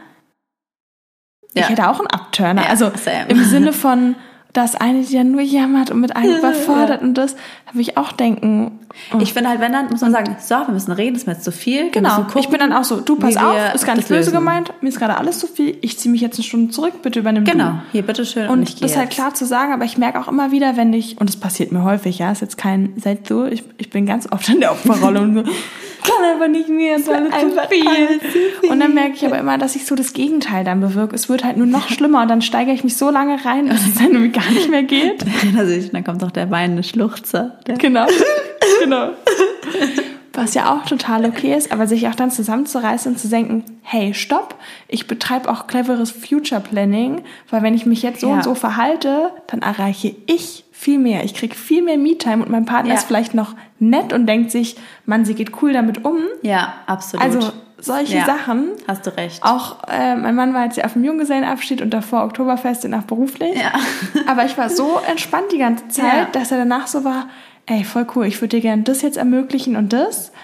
ich hätte auch einen Upturner. Ja, also im Sinne von, das eine, die dann nur jammert und mit einem überfordert und das, da würde ich auch denken. Ich finde halt, wenn dann, muss man sagen, so, wir müssen reden, ist mir jetzt zu viel. Genau, ich bin dann auch so, du pass auf, ist gar nicht böse gemeint, mir ist gerade alles zu viel, ich ziehe mich jetzt eine Stunde zurück, bitte übernimm du. Genau, hier, bitteschön. Und ich das ist halt klar zu sagen, aber ich merke auch immer wieder, wenn ich, und das passiert mir häufig, ist jetzt kein, seid so, ich bin ganz oft in der Opferrolle und so, kann einfach nicht mehr, es ist alles zu viel. Und dann merke ich aber immer, dass ich so das Gegenteil dann bewirke. Es wird halt nur noch schlimmer und dann steigere ich mich so lange rein, dass es dann irgendwie gar nicht mehr geht. Also dann kommt doch der weinende Schluchzer. Genau. Was ja auch total okay ist, aber sich auch dann zusammenzureißen und zu denken, hey, stopp, ich betreibe auch cleveres Future Planning, weil wenn ich mich jetzt so und so verhalte, dann erreiche ich viel mehr. Ich kriege viel mehr Me-Time und mein Partner ist vielleicht noch nett und denkt sich, Mann, sie geht cool damit um. Ja, absolut. Also solche Sachen. Hast du recht. Auch mein Mann war jetzt ja auf dem Junggesellenabschied und davor Oktoberfest und auch beruflich. Ja. Aber ich war so entspannt die ganze Zeit, dass er danach so war, ey, voll cool, ich würde dir gerne das jetzt ermöglichen und das.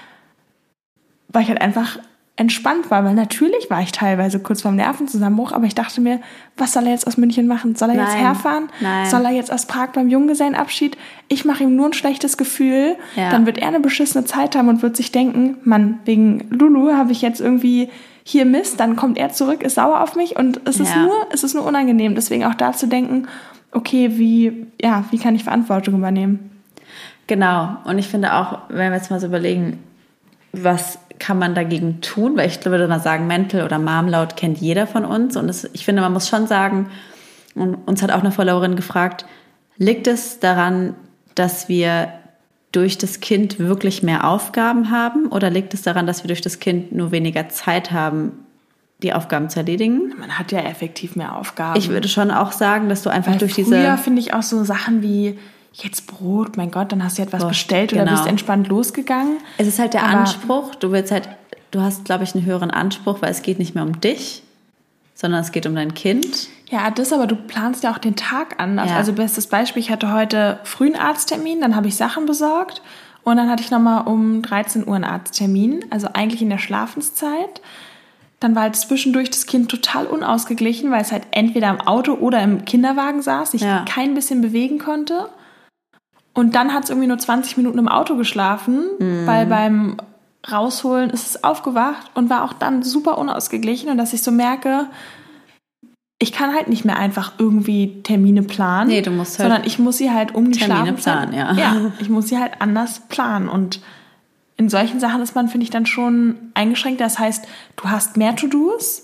Weil ich halt einfach entspannt war, weil natürlich war ich teilweise kurz vorm Nervenzusammenbruch, aber ich dachte mir, was soll er jetzt aus München machen? Soll er jetzt herfahren? Nein. Soll er jetzt aus Prag beim Junggesellenabschied? Ich mache ihm nur ein schlechtes Gefühl. Ja. Dann wird er eine beschissene Zeit haben und wird sich denken, Mann, wegen Lulu habe ich jetzt irgendwie hier Mist, dann kommt er zurück, ist sauer auf mich und es ist nur unangenehm. Deswegen auch da zu denken, okay, wie kann ich Verantwortung übernehmen? Genau. Und ich finde auch, wenn wir jetzt mal so überlegen, was kann man dagegen tun? Weil ich würde mal sagen, Mental oder Mom-Load kennt jeder von uns. Und ich finde, man muss schon sagen, und uns hat auch eine Followerin gefragt, liegt es daran, dass wir durch das Kind wirklich mehr Aufgaben haben? Oder liegt es daran, dass wir durch das Kind nur weniger Zeit haben, die Aufgaben zu erledigen? Man hat ja effektiv mehr Aufgaben. Ich würde schon auch sagen, dass du einfach durch früher finde ich auch so Sachen wie jetzt Brot, mein Gott, dann hast du etwas bestellt oder bist entspannt losgegangen. Es ist halt der Anspruch, du hast, glaube ich, einen höheren Anspruch, weil es geht nicht mehr um dich, sondern es geht um dein Kind. Ja, aber du planst ja auch den Tag anders. Ja. Also bestes Beispiel, ich hatte heute früh einen Arzttermin, dann habe ich Sachen besorgt und dann hatte ich nochmal um 13 Uhr einen Arzttermin, also eigentlich in der Schlafenszeit. Dann war halt zwischendurch das Kind total unausgeglichen, weil es halt entweder im Auto oder im Kinderwagen saß, sich kein bisschen bewegen konnte. Und dann hat es irgendwie nur 20 Minuten im Auto geschlafen, weil beim Rausholen ist es aufgewacht und war auch dann super unausgeglichen. Und dass ich so merke, ich kann halt nicht mehr einfach irgendwie Termine planen. Nee, du musst halt sondern ich muss sie halt um die Termine Schlafenszeit planen, ja, ich muss sie halt anders planen. Und in solchen Sachen ist man, finde ich, dann schon eingeschränkt. Das heißt, du hast mehr To-Dos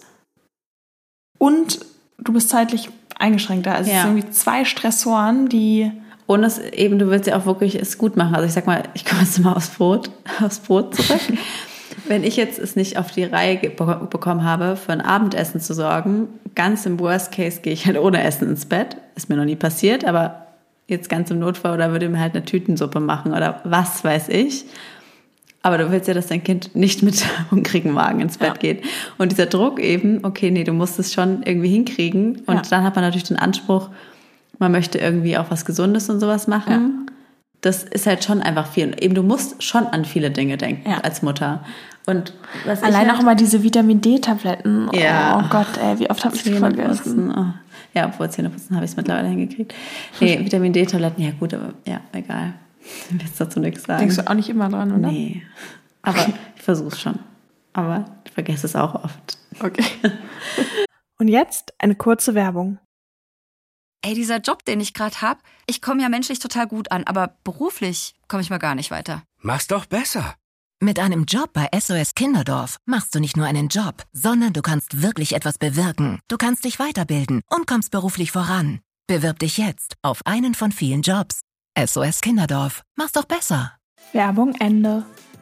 und du bist zeitlich eingeschränkter. Also es sind irgendwie 2 Stressoren, die... Und du willst ja auch wirklich es gut machen. Also ich sag mal, ich komme jetzt mal aufs Brot zurück. Wenn ich jetzt es nicht auf die Reihe bekommen habe, für ein Abendessen zu sorgen, ganz im Worst Case gehe ich halt ohne Essen ins Bett. Ist mir noch nie passiert, aber jetzt ganz im Notfall oder würde mir halt eine Tütensuppe machen oder was weiß ich. Aber du willst ja, dass dein Kind nicht mit hungrigem Magen ins Bett geht. Und dieser Druck eben, okay, nee, du musst es schon irgendwie hinkriegen. Und dann hat man natürlich den Anspruch, man möchte irgendwie auch was Gesundes und sowas machen. Ja. Das ist halt schon einfach viel. Und eben, du musst schon an viele Dinge denken als Mutter. Und was allein auch immer diese Vitamin-D-Tabletten. Ja. Oh Gott, ey, wie oft habe ich die vergessen? Oh. Ja, obwohl Zähneputzen habe ich es mittlerweile hingekriegt. Nee, Vitamin-D-Tabletten, ja gut, aber ja, egal. Ich will jetzt dazu nichts sagen. Denkst du auch nicht immer dran, oder? Nee, aber ich versuche es schon. Aber ich vergesse es auch oft. Okay. Und jetzt eine kurze Werbung. Ey, dieser Job, den ich gerade habe, ich komme ja menschlich total gut an, aber beruflich komme ich mal gar nicht weiter. Mach's doch besser. Mit einem Job bei SOS Kinderdorf machst du nicht nur einen Job, sondern du kannst wirklich etwas bewirken. Du kannst dich weiterbilden und kommst beruflich voran. Bewirb dich jetzt auf einen von vielen Jobs. SOS Kinderdorf. Mach's doch besser. Werbung Ende.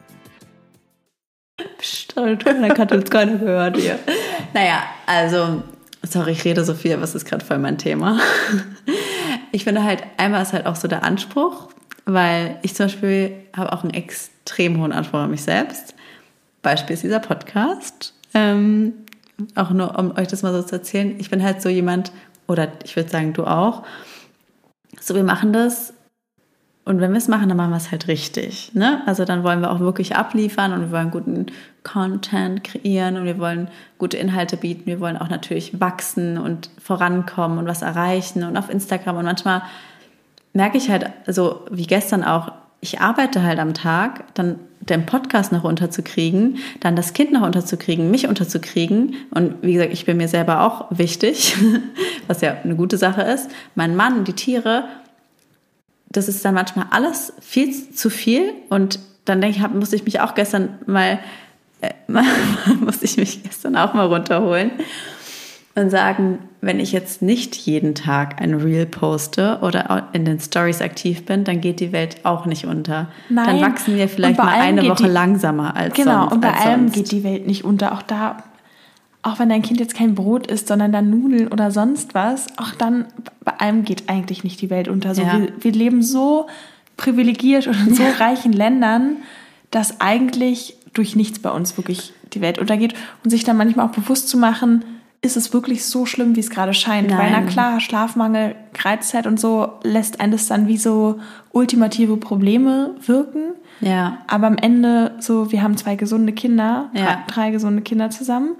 Psst, da hat uns keiner gehört hier. Naja, also... Sorry, ich rede so viel, aber es ist gerade voll mein Thema. Ich finde halt, einmal ist halt auch so der Anspruch, weil ich zum Beispiel habe auch einen extrem hohen Anspruch an mich selbst. Beispiel ist dieser Podcast. Auch nur, um euch das mal so zu erzählen. Ich bin halt so jemand, oder ich würde sagen, du auch. So, wir machen das. Und wenn wir es machen, dann machen wir es halt richtig. Ne? Also dann wollen wir auch wirklich abliefern und wir wollen guten Content kreieren und wir wollen gute Inhalte bieten. Wir wollen auch natürlich wachsen und vorankommen und was erreichen und auf Instagram. Und manchmal merke ich halt, so wie gestern auch, ich arbeite halt am Tag, dann den Podcast noch unterzukriegen, dann das Kind noch unterzukriegen, mich unterzukriegen. Und wie gesagt, ich bin mir selber auch wichtig, was ja eine gute Sache ist. Mein Mann, die Tiere, das ist dann manchmal alles viel zu viel. Und dann denke ich, musste ich mich auch mal runterholen. und sagen, wenn ich jetzt nicht jeden Tag ein Reel poste oder in den Stories aktiv bin, dann geht die Welt auch nicht unter. Nein. Dann wachsen wir vielleicht mal eine Woche langsamer als sonst. Genau, und bei allem geht die Welt nicht unter. Auch da, auch wenn dein Kind jetzt kein Brot isst, sondern dann Nudeln oder sonst was, auch dann, bei allem geht eigentlich nicht die Welt unter. So, wir leben so privilegiert und in so reichen Ländern, dass eigentlich durch nichts bei uns wirklich die Welt untergeht. Und sich dann manchmal auch bewusst zu machen, ist es wirklich so schlimm, wie es gerade scheint? Nein. Weil, na klar, Schlafmangel, Reizheit und so lässt einen das dann wie so ultimative Probleme wirken. Ja. Aber am Ende so, wir haben 2 gesunde Kinder, 3 gesunde Kinder zusammen.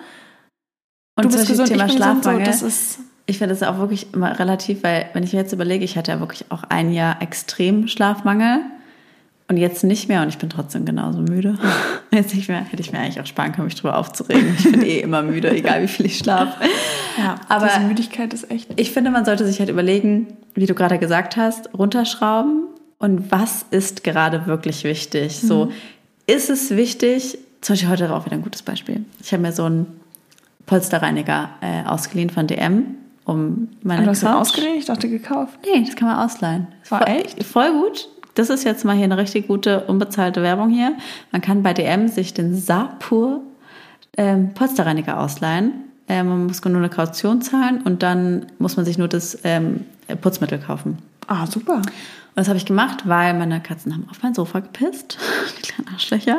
Und du bist gesund, Thema ich bin gesund, Schlafmangel. so, das ist... Ich finde das auch wirklich immer relativ, weil wenn ich mir jetzt überlege, ich hatte ja wirklich auch ein Jahr extrem Schlafmangel und jetzt nicht mehr und ich bin trotzdem genauso müde. Jetzt nicht mehr, hätte ich mir eigentlich auch sparen können, mich drüber aufzuregen. Ich bin immer müde, egal wie viel ich schlafe. Ja, aber diese Müdigkeit ist echt... Ich finde, man sollte sich halt überlegen, wie du gerade gesagt hast, runterschrauben und was ist gerade wirklich wichtig. So, ist es wichtig, zum Beispiel heute auch wieder ein gutes Beispiel. Ich habe mir so einen Polsterreiniger ausgeliehen von DM. Um meine du hast den Couch. ausgeliehen? Ich dachte gekauft. Nee, das kann man ausleihen. War echt? Voll gut. Das ist jetzt mal hier eine richtig gute, unbezahlte Werbung hier. Man kann bei DM sich den Sapur Polsterreiniger ausleihen. Man muss nur eine Kaution zahlen und dann muss man sich nur das Putzmittel kaufen. Ah, super. Und das habe ich gemacht, weil meine Katzen haben auf mein Sofa gepisst. Die kleinen Arschlöcher.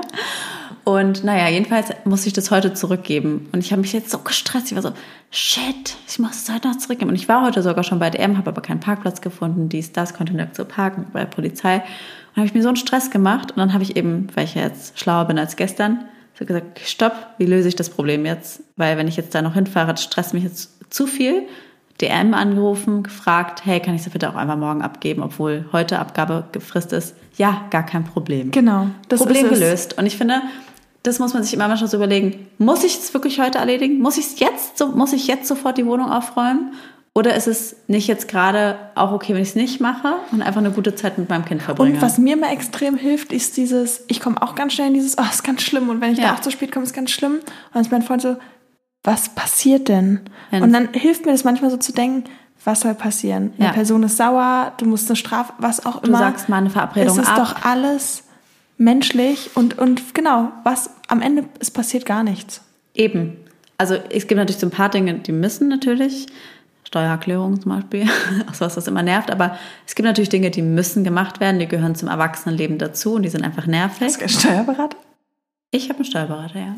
Und naja, jedenfalls musste ich das heute zurückgeben. Und ich habe mich jetzt so gestresst. Ich war so, shit, ich muss es heute noch zurückgeben. Und ich war heute sogar schon bei DM, habe aber keinen Parkplatz gefunden. Das konnte nirgendwo parken bei der Polizei. Und habe ich mir so einen Stress gemacht. Und dann habe ich eben, weil ich ja jetzt schlauer bin als gestern, so gesagt, stopp, wie löse ich das Problem jetzt? Weil wenn ich jetzt da noch hinfahre, das stresst mich jetzt zu viel. DM angerufen, gefragt, hey, kann ich das bitte auch einfach morgen abgeben, obwohl heute Abgabefrist ist? Ja, gar kein Problem. Genau. Das Problem gelöst. Und ich finde, das muss man sich immer schon so überlegen, muss ich es wirklich heute erledigen? Muss ich jetzt sofort die Wohnung aufräumen? Oder ist es nicht jetzt gerade auch okay, wenn ich es nicht mache und einfach eine gute Zeit mit meinem Kind verbringe? Und was mir mal extrem hilft, ist dieses, ich komme auch ganz schnell in dieses, ist ganz schlimm. Und wenn ich da auch zu spät komme, ist ganz schlimm. Und dann ist mein Freund so, was passiert denn? Und dann hilft mir das manchmal so zu denken, was soll passieren? Eine Person ist sauer, du musst eine Strafe, was auch immer. Du sagst mal eine Verabredung ab. Es ist doch alles menschlich und genau, was am Ende, es passiert gar nichts. Eben. Also es gibt natürlich so ein paar Dinge, die müssen natürlich, Steuererklärung zum Beispiel, auch sowas, was immer nervt, aber es gibt natürlich Dinge, die müssen gemacht werden, die gehören zum Erwachsenenleben dazu und die sind einfach nervig. Hast du keinen Steuerberater? Ich habe einen Steuerberater, ja.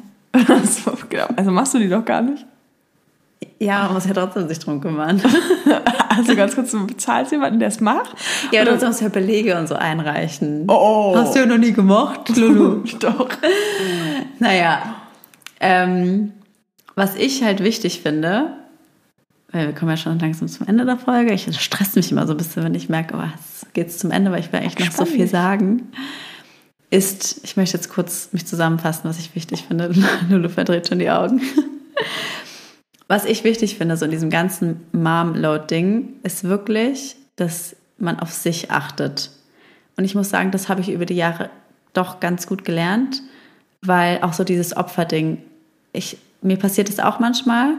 Also machst du die doch gar nicht? Ja, man muss ja trotzdem sich drum kümmern. Also ganz kurz, du bezahlst jemanden, der es macht? Ja, du musst ja Belege und so einreichen. Oh. Hast du ja noch nie gemacht, Lulu. Doch. Naja, was ich halt wichtig finde, weil wir kommen ja schon langsam zum Ende der Folge, ich stress mich immer so ein bisschen, wenn ich merke, oh, jetzt geht's zum Ende, weil ich will echt noch so viel sagen, ist, ich möchte jetzt kurz mich zusammenfassen, was ich wichtig finde. Lulu verdreht schon die Augen. Was ich wichtig finde, so in diesem ganzen Mom-Load-Ding, ist wirklich, dass man auf sich achtet. Und ich muss sagen, das habe ich über die Jahre doch ganz gut gelernt, weil auch so dieses Opferding, mir passiert es auch manchmal,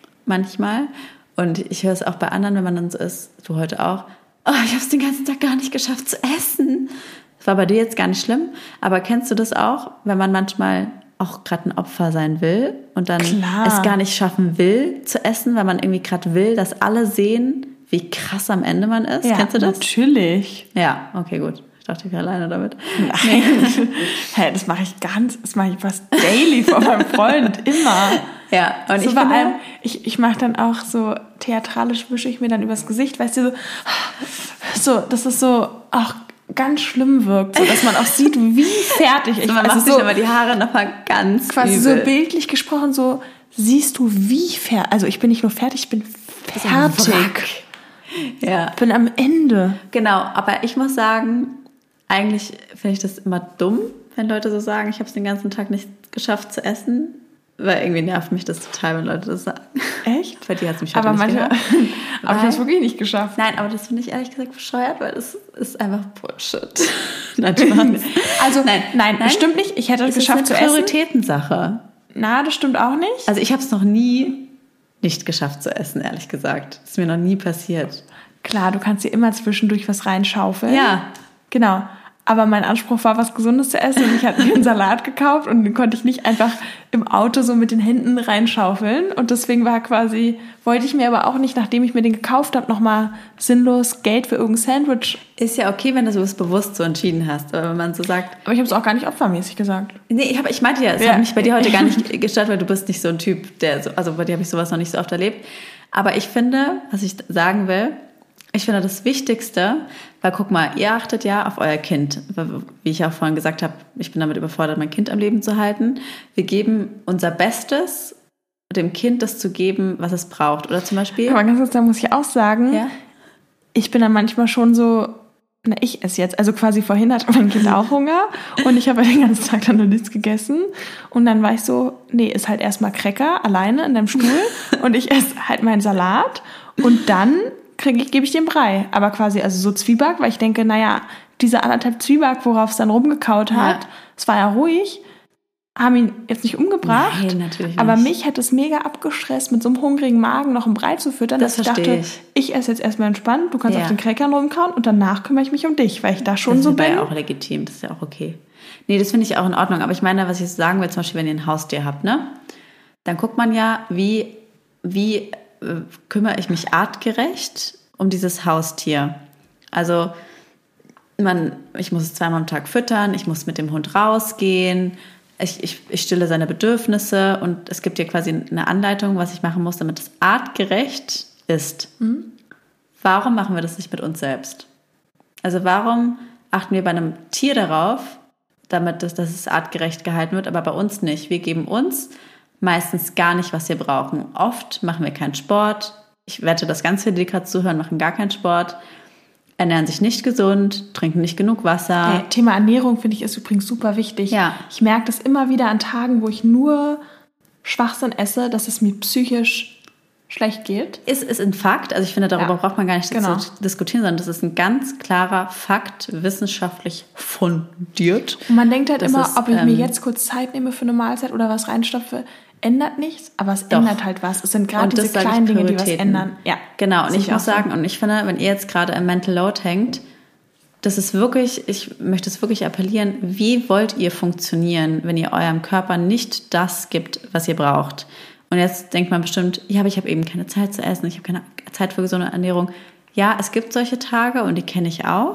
und ich höre es auch bei anderen, wenn man dann so ist, du heute auch, oh, ich habe es den ganzen Tag gar nicht geschafft zu essen. Das war bei dir jetzt gar nicht schlimm, aber kennst du das auch, wenn man manchmal auch gerade ein Opfer sein will und dann es gar nicht schaffen will zu essen, weil man irgendwie gerade will, dass alle sehen, wie krass am Ende man ist? Ja, kennst du das? Natürlich. Ja, okay, gut. Ich dachte, ich wäre alleine damit. Nein. Hey, das mache ich fast daily vor meinem Freund, immer. Ja, und so ich mache dann auch so, theatralisch wische ich mir dann übers Gesicht, weißt du, so dass es so auch ganz schlimm wirkt, so dass man auch sieht, wie fertig ich bin. Man macht sich aber die Haare nochmal ganz quasi übel. So bildlich gesprochen, so siehst du, wie fertig, also ich bin nicht nur fertig, ich bin fertig. Ja. Bin am Ende. Genau, aber ich muss sagen, eigentlich finde ich das immer dumm, wenn Leute so sagen, ich habe es den ganzen Tag nicht geschafft zu essen. Weil irgendwie nervt mich das total, wenn Leute das sagen. Echt? Bei dir hat es mich heute nicht gehört. Aber ich habe es wirklich nicht geschafft. Nein, aber das finde ich ehrlich gesagt bescheuert, weil das ist einfach Bullshit. Nein, also, nein, das stimmt nicht. Ich hätte es geschafft zu essen. Das ist eine Prioritätensache. Na, das stimmt auch nicht. Also ich habe es noch nie nicht geschafft zu essen, ehrlich gesagt. Das ist mir noch nie passiert. Klar, du kannst dir immer zwischendurch was reinschaufeln. Ja. Genau. Aber mein Anspruch war, was Gesundes zu essen und ich hatte mir einen Salat gekauft und den konnte ich nicht einfach im Auto so mit den Händen reinschaufeln und deswegen wollte ich mir aber auch nicht, nachdem ich mir den gekauft habe, nochmal sinnlos Geld für irgendein Sandwich. Ist ja okay, wenn du es bewusst so entschieden hast, aber wenn man so sagt... Aber ich habe es auch gar nicht opfermäßig gesagt. Nee, ich meinte ja, es hat mich bei dir heute gar nicht gestört, weil du bist nicht so ein Typ, also bei dir habe ich sowas noch nicht so oft erlebt. Aber ich finde, was ich sagen will, ich finde das Wichtigste, weil guck mal, ihr achtet ja auf euer Kind. Wie ich auch vorhin gesagt habe, ich bin damit überfordert, mein Kind am Leben zu halten. Wir geben unser Bestes, dem Kind das zu geben, was es braucht. Oder zum Beispiel... Aber ganz kurz, da muss ich auch sagen, ich bin dann manchmal schon so, ich esse jetzt. Also quasi vorhin hatte mein Kind auch Hunger und ich habe den ganzen Tag dann nur nichts gegessen. Und dann war ich so, iss halt erstmal Cracker alleine in deinem Stuhl und ich esse halt meinen Salat und dann... gebe ich dem Brei. Aber quasi, also so Zwieback, weil ich denke, diese 1,5 Zwieback, worauf es dann rumgekaut hat, es war ja ruhig, haben ihn jetzt nicht umgebracht. Nein, natürlich nicht. Aber mich hätte es mega abgestresst, mit so einem hungrigen Magen noch einen Brei zu füttern, dass ich dachte, ich esse jetzt erstmal entspannt, du kannst auf den Crackern rumkauen und danach kümmere ich mich um dich, weil ich da schon so bin. Das ist ja auch legitim, das ist ja auch okay. Nee, das finde ich auch in Ordnung. Aber ich meine, was ich sagen will, zum Beispiel, wenn ihr ein Haustier habt, ne? Dann guckt man ja, wie kümmere ich mich artgerecht um dieses Haustier. Also ich muss es 2-mal am Tag füttern, ich muss mit dem Hund rausgehen, ich stille seine Bedürfnisse und es gibt hier quasi eine Anleitung, was ich machen muss, damit es artgerecht ist. Warum machen wir das nicht mit uns selbst? Also warum achten wir bei einem Tier darauf, dass es artgerecht gehalten wird, aber bei uns nicht? Wir geben uns meistens gar nicht, was wir brauchen. Oft machen wir keinen Sport. Ich wette, dass ganz viele, die gerade zuhören, machen gar keinen Sport, ernähren sich nicht gesund, trinken nicht genug Wasser. Hey, Thema Ernährung finde ich ist übrigens super wichtig. Ja. Ich merke das immer wieder an Tagen, wo ich nur Schwachsinn esse, dass es mir psychisch schlecht geht. Ist ein Fakt. Also ich finde, darüber braucht man gar nicht zu diskutieren, sondern das ist ein ganz klarer Fakt, wissenschaftlich fundiert. Und man denkt halt immer, ob ich mir jetzt kurz Zeit nehme für eine Mahlzeit oder was reinstopfe, ändert nichts, aber es ändert halt was. Es sind gerade diese kleinen Dinge, die was ändern. Ja, genau. Und ich muss sagen, und ich finde, wenn ihr jetzt gerade im Mental Load hängt, das ist wirklich, ich möchte es wirklich appellieren, wie wollt ihr funktionieren, wenn ihr eurem Körper nicht das gibt, was ihr braucht? Und jetzt denkt man bestimmt, ja, aber ich habe eben keine Zeit zu essen, ich habe keine Zeit für gesunde Ernährung. Ja, es gibt solche Tage und die kenne ich auch,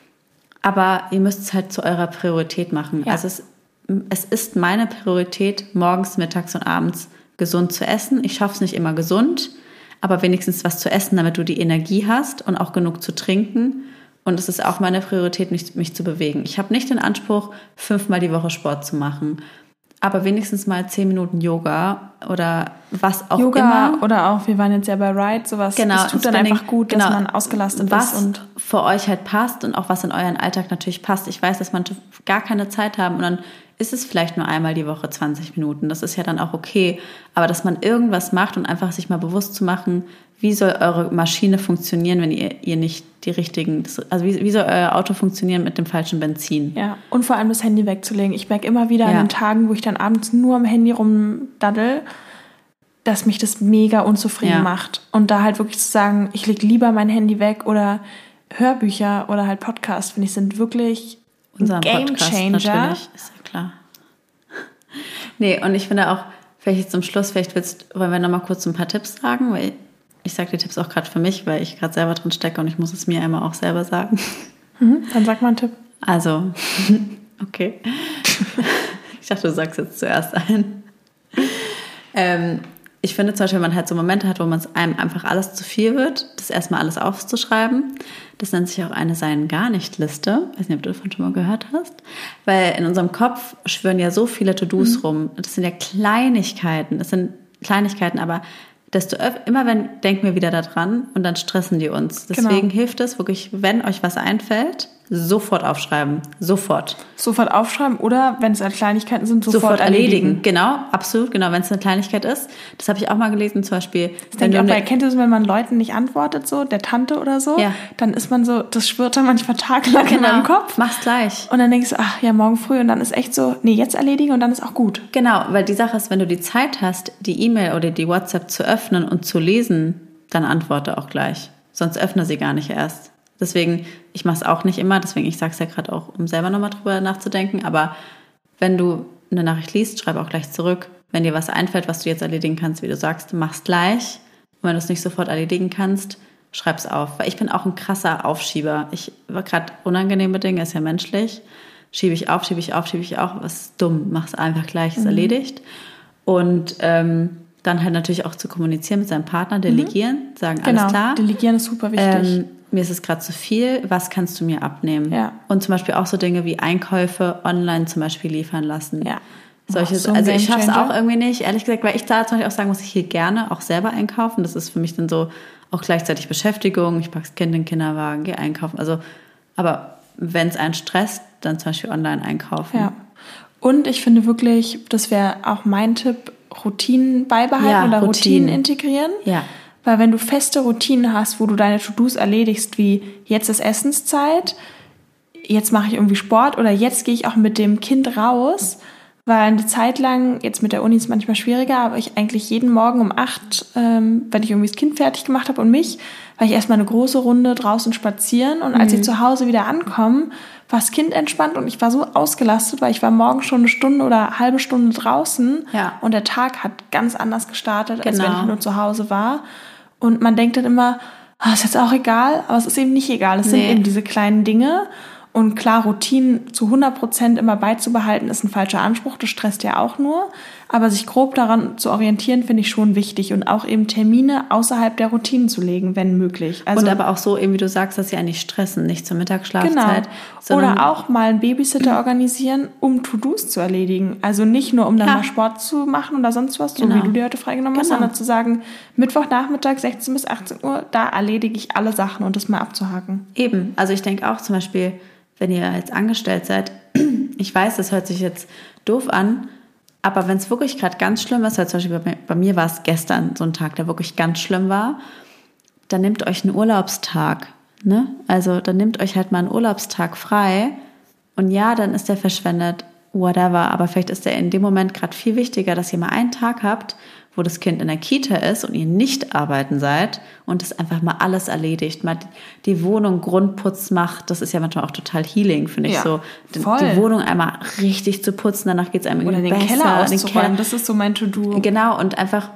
aber ihr müsst es halt zu eurer Priorität machen. Ja. Also es ist meine Priorität, morgens, mittags und abends gesund zu essen. Ich schaffe es nicht immer gesund, aber wenigstens was zu essen, damit du die Energie hast und auch genug zu trinken. Und es ist auch meine Priorität, mich zu bewegen. Ich habe nicht den Anspruch, 5-mal die Woche Sport zu machen, aber wenigstens mal 10 Minuten Yoga oder was auch immer. Yoga oder auch, wir waren jetzt ja bei Ride, sowas. Genau, das tut dann einfach gut, dass man ausgelastet ist. Und für euch halt passt und auch was in euren Alltag natürlich passt. Ich weiß, dass manche gar keine Zeit haben und dann ist es vielleicht nur einmal die Woche 20 Minuten. Das ist ja dann auch okay. Aber dass man irgendwas macht und einfach sich mal bewusst zu machen, wie soll eure Maschine funktionieren, wenn ihr nicht die richtigen, also wie soll euer Auto funktionieren mit dem falschen Benzin? Ja, und vor allem das Handy wegzulegen. Ich merke immer wieder an den Tagen, wo ich dann abends nur am Handy rumdaddel, dass mich das mega unzufrieden macht. Und da halt wirklich zu sagen, ich lege lieber mein Handy weg oder Hörbücher oder halt Podcasts, finde ich, sind wirklich unser Game Changer. Natürlich, ist ja klar. Nee, und ich finde auch, vielleicht jetzt zum Schluss, wollen wir nochmal kurz ein paar Tipps sagen, weil ich sage die Tipps auch gerade für mich, weil ich gerade selber drin stecke und ich muss es mir einmal auch selber sagen. Dann sag mal einen Tipp. Also, okay. Ich dachte, du sagst jetzt zuerst einen. Ich finde zum Beispiel, wenn man halt so Momente hat, wo man es einem einfach alles zu viel wird, das erstmal alles aufzuschreiben. Das nennt sich auch eine Sein-Gar-nicht-Liste. Ich weiß nicht, ob du davon schon mal gehört hast. Weil in unserem Kopf schwirren ja so viele To-Dos rum. Das sind ja Kleinigkeiten. Das sind Kleinigkeiten, aber denken wir wieder da dran und dann stressen die uns. Deswegen hilft es wirklich, wenn euch was einfällt, sofort aufschreiben. Sofort. Sofort aufschreiben oder, wenn es Kleinigkeiten sind, sofort erledigen. Genau, absolut, genau, wenn es eine Kleinigkeit ist. Das habe ich auch mal gelesen, zum Beispiel. Kennt ihr das, wenn man Leuten nicht antwortet, so, der Tante oder so, dann ist man so, das schwirrt dann manchmal tagelang in meinem Kopf. Mach's gleich. Und dann denkst du, ach ja, morgen früh und dann ist echt so, nee, jetzt erledigen und dann ist auch gut. Genau, weil die Sache ist, wenn du die Zeit hast, die E-Mail oder die WhatsApp zu öffnen und zu lesen, dann antworte auch gleich. Sonst öffne sie gar nicht erst. Deswegen, ich mache es auch nicht immer, deswegen, ich sage es ja gerade auch, um selber nochmal drüber nachzudenken, aber wenn du eine Nachricht liest, schreib auch gleich zurück. Wenn dir was einfällt, was du jetzt erledigen kannst, wie du sagst, mach's gleich. Und wenn du es nicht sofort erledigen kannst, schreib's auf. Weil ich bin auch ein krasser Aufschieber. Ich war gerade unangenehme Dinge, ist ja menschlich. Schiebe ich auf. Was ist dumm, mach's einfach gleich, ist erledigt. Und dann halt natürlich auch zu kommunizieren mit seinem Partner, delegieren, sagen, alles klar. Delegieren ist super wichtig. Mir ist es gerade zu viel, was kannst du mir abnehmen? Ja. Und zum Beispiel auch so Dinge wie Einkäufe online zum Beispiel liefern lassen. Ja. Solches, so also ich schaffe es auch irgendwie nicht, ehrlich gesagt, weil ich da zum Beispiel auch sagen muss, ich hier gerne auch selber einkaufen. Das ist für mich dann so auch gleichzeitig Beschäftigung. Ich packe das Kind in den Kinderwagen, gehe einkaufen. Also, aber wenn es einen stresst, dann zum Beispiel online einkaufen. Ja. Und ich finde wirklich, das wäre auch mein Tipp, Routinen beibehalten oder Routinen integrieren. Ja. Weil wenn du feste Routinen hast, wo du deine To-Dos erledigst, wie jetzt ist Essenszeit, jetzt mache ich irgendwie Sport oder jetzt gehe ich auch mit dem Kind raus, weil eine Zeit lang, jetzt mit der Uni ist es manchmal schwieriger, aber ich eigentlich jeden Morgen um 8, wenn ich irgendwie das Kind fertig gemacht habe und mich, war ich erstmal eine große Runde draußen spazieren und als ich zu Hause wieder ankomme, war das Kind entspannt und ich war so ausgelastet, weil ich war morgens schon eine Stunde oder eine halbe Stunde draußen und der Tag hat ganz anders gestartet, als wenn ich nur zu Hause war. Und man denkt dann immer, ist jetzt auch egal, aber es ist eben nicht egal. Es sind eben diese kleinen Dinge. Und klar, Routinen zu 100% immer beizubehalten, ist ein falscher Anspruch. Das stresst ja auch nur. Aber sich grob daran zu orientieren, finde ich schon wichtig. Und auch eben Termine außerhalb der Routinen zu legen, wenn möglich. Also, und aber auch so, eben wie du sagst, dass sie eigentlich stressen, nicht zur Mittagsschlafzeit. Genau. Oder auch mal einen Babysitter organisieren, um To-Dos zu erledigen. Also nicht nur, um dann mal Sport zu machen oder sonst was, so wie du dir heute freigenommen hast, sondern zu sagen, Mittwochnachmittag 16 bis 18 Uhr, da erledige ich alle Sachen und das mal abzuhaken. Eben. Also ich denke auch zum Beispiel, wenn ihr jetzt angestellt seid, ich weiß, das hört sich jetzt doof an, aber wenn es wirklich gerade ganz schlimm ist, zum Beispiel bei mir war es gestern so ein Tag, der wirklich ganz schlimm war, dann nehmt euch einen Urlaubstag. Ne? Also dann nehmt euch halt mal einen Urlaubstag frei und ja, dann ist der verschwendet, whatever, aber vielleicht ist der in dem Moment gerade viel wichtiger, dass ihr mal einen Tag habt, wo das Kind in der Kita ist und ihr nicht arbeiten seid und es einfach mal alles erledigt, mal die Wohnung Grundputz macht, das ist ja manchmal auch total healing, finde ich so. Die Wohnung einmal richtig zu putzen, danach geht es einem irgendwie besser. Oder den Keller auszuräumen, das ist so mein To-Do. Genau, und einfach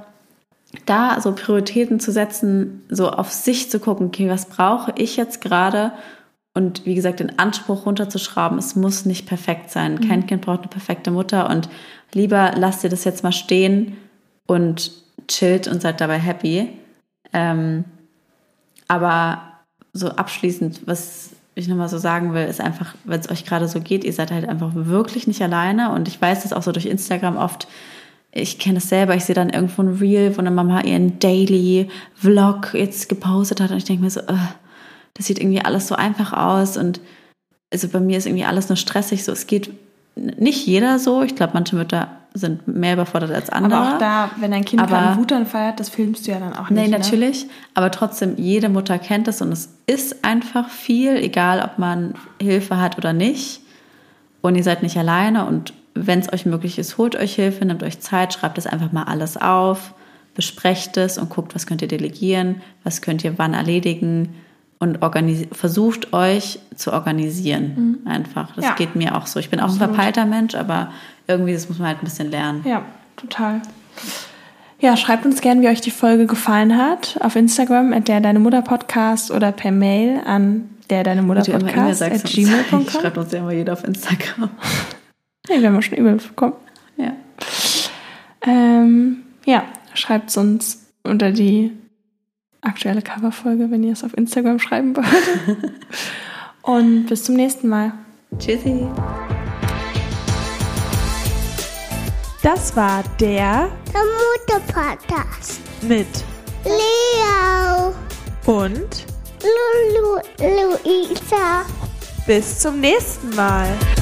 da so Prioritäten zu setzen, so auf sich zu gucken, okay, was brauche ich jetzt gerade? Und wie gesagt, den Anspruch runterzuschrauben, es muss nicht perfekt sein. Kein Kind braucht eine perfekte Mutter und lieber lasst ihr das jetzt mal stehen und chillt und seid dabei happy. Aber so abschließend, was ich nochmal so sagen will, ist einfach, wenn es euch gerade so geht, ihr seid halt einfach wirklich nicht alleine. Und ich weiß das auch so durch Instagram oft, ich kenne das selber, ich sehe dann irgendwo ein Reel, wo eine Mama ihren Daily Vlog jetzt gepostet hat und ich denke mir so, das sieht irgendwie alles so einfach aus und also bei mir ist irgendwie alles nur stressig, so es geht nicht jeder so, ich glaube manche Mütter sind mehr überfordert als andere. Aber auch da, wenn dein Kind gerade einen Wutanfall hat, das filmst du ja dann auch nicht. Nee, natürlich, aber trotzdem, jede Mutter kennt es und es ist einfach viel, egal ob man Hilfe hat oder nicht und ihr seid nicht alleine und wenn es euch möglich ist, holt euch Hilfe, nehmt euch Zeit, schreibt es einfach mal alles auf, besprecht es und guckt, was könnt ihr delegieren, was könnt ihr wann erledigen und versucht euch zu organisieren einfach. Das geht mir auch so. Ich bin auch ein verpeilter Mensch, aber irgendwie, das muss man halt ein bisschen lernen. Ja, total. Ja, schreibt uns gerne, wie euch die Folge gefallen hat, auf Instagram @derdeinemutterpodcast oder per Mail an derdeinemutterpodcast@gmail.com. Schreibt uns ja immer jeder auf Instagram. Nee, wir haben schon E-Mails bekommen. Ja. Ja, schreibt es uns unter die aktuelle Coverfolge, wenn ihr es auf Instagram schreiben wollt. Und bis zum nächsten Mal. Tschüssi. Das war der Mutter-Podcast mit Leo und Luisa. Bis zum nächsten Mal.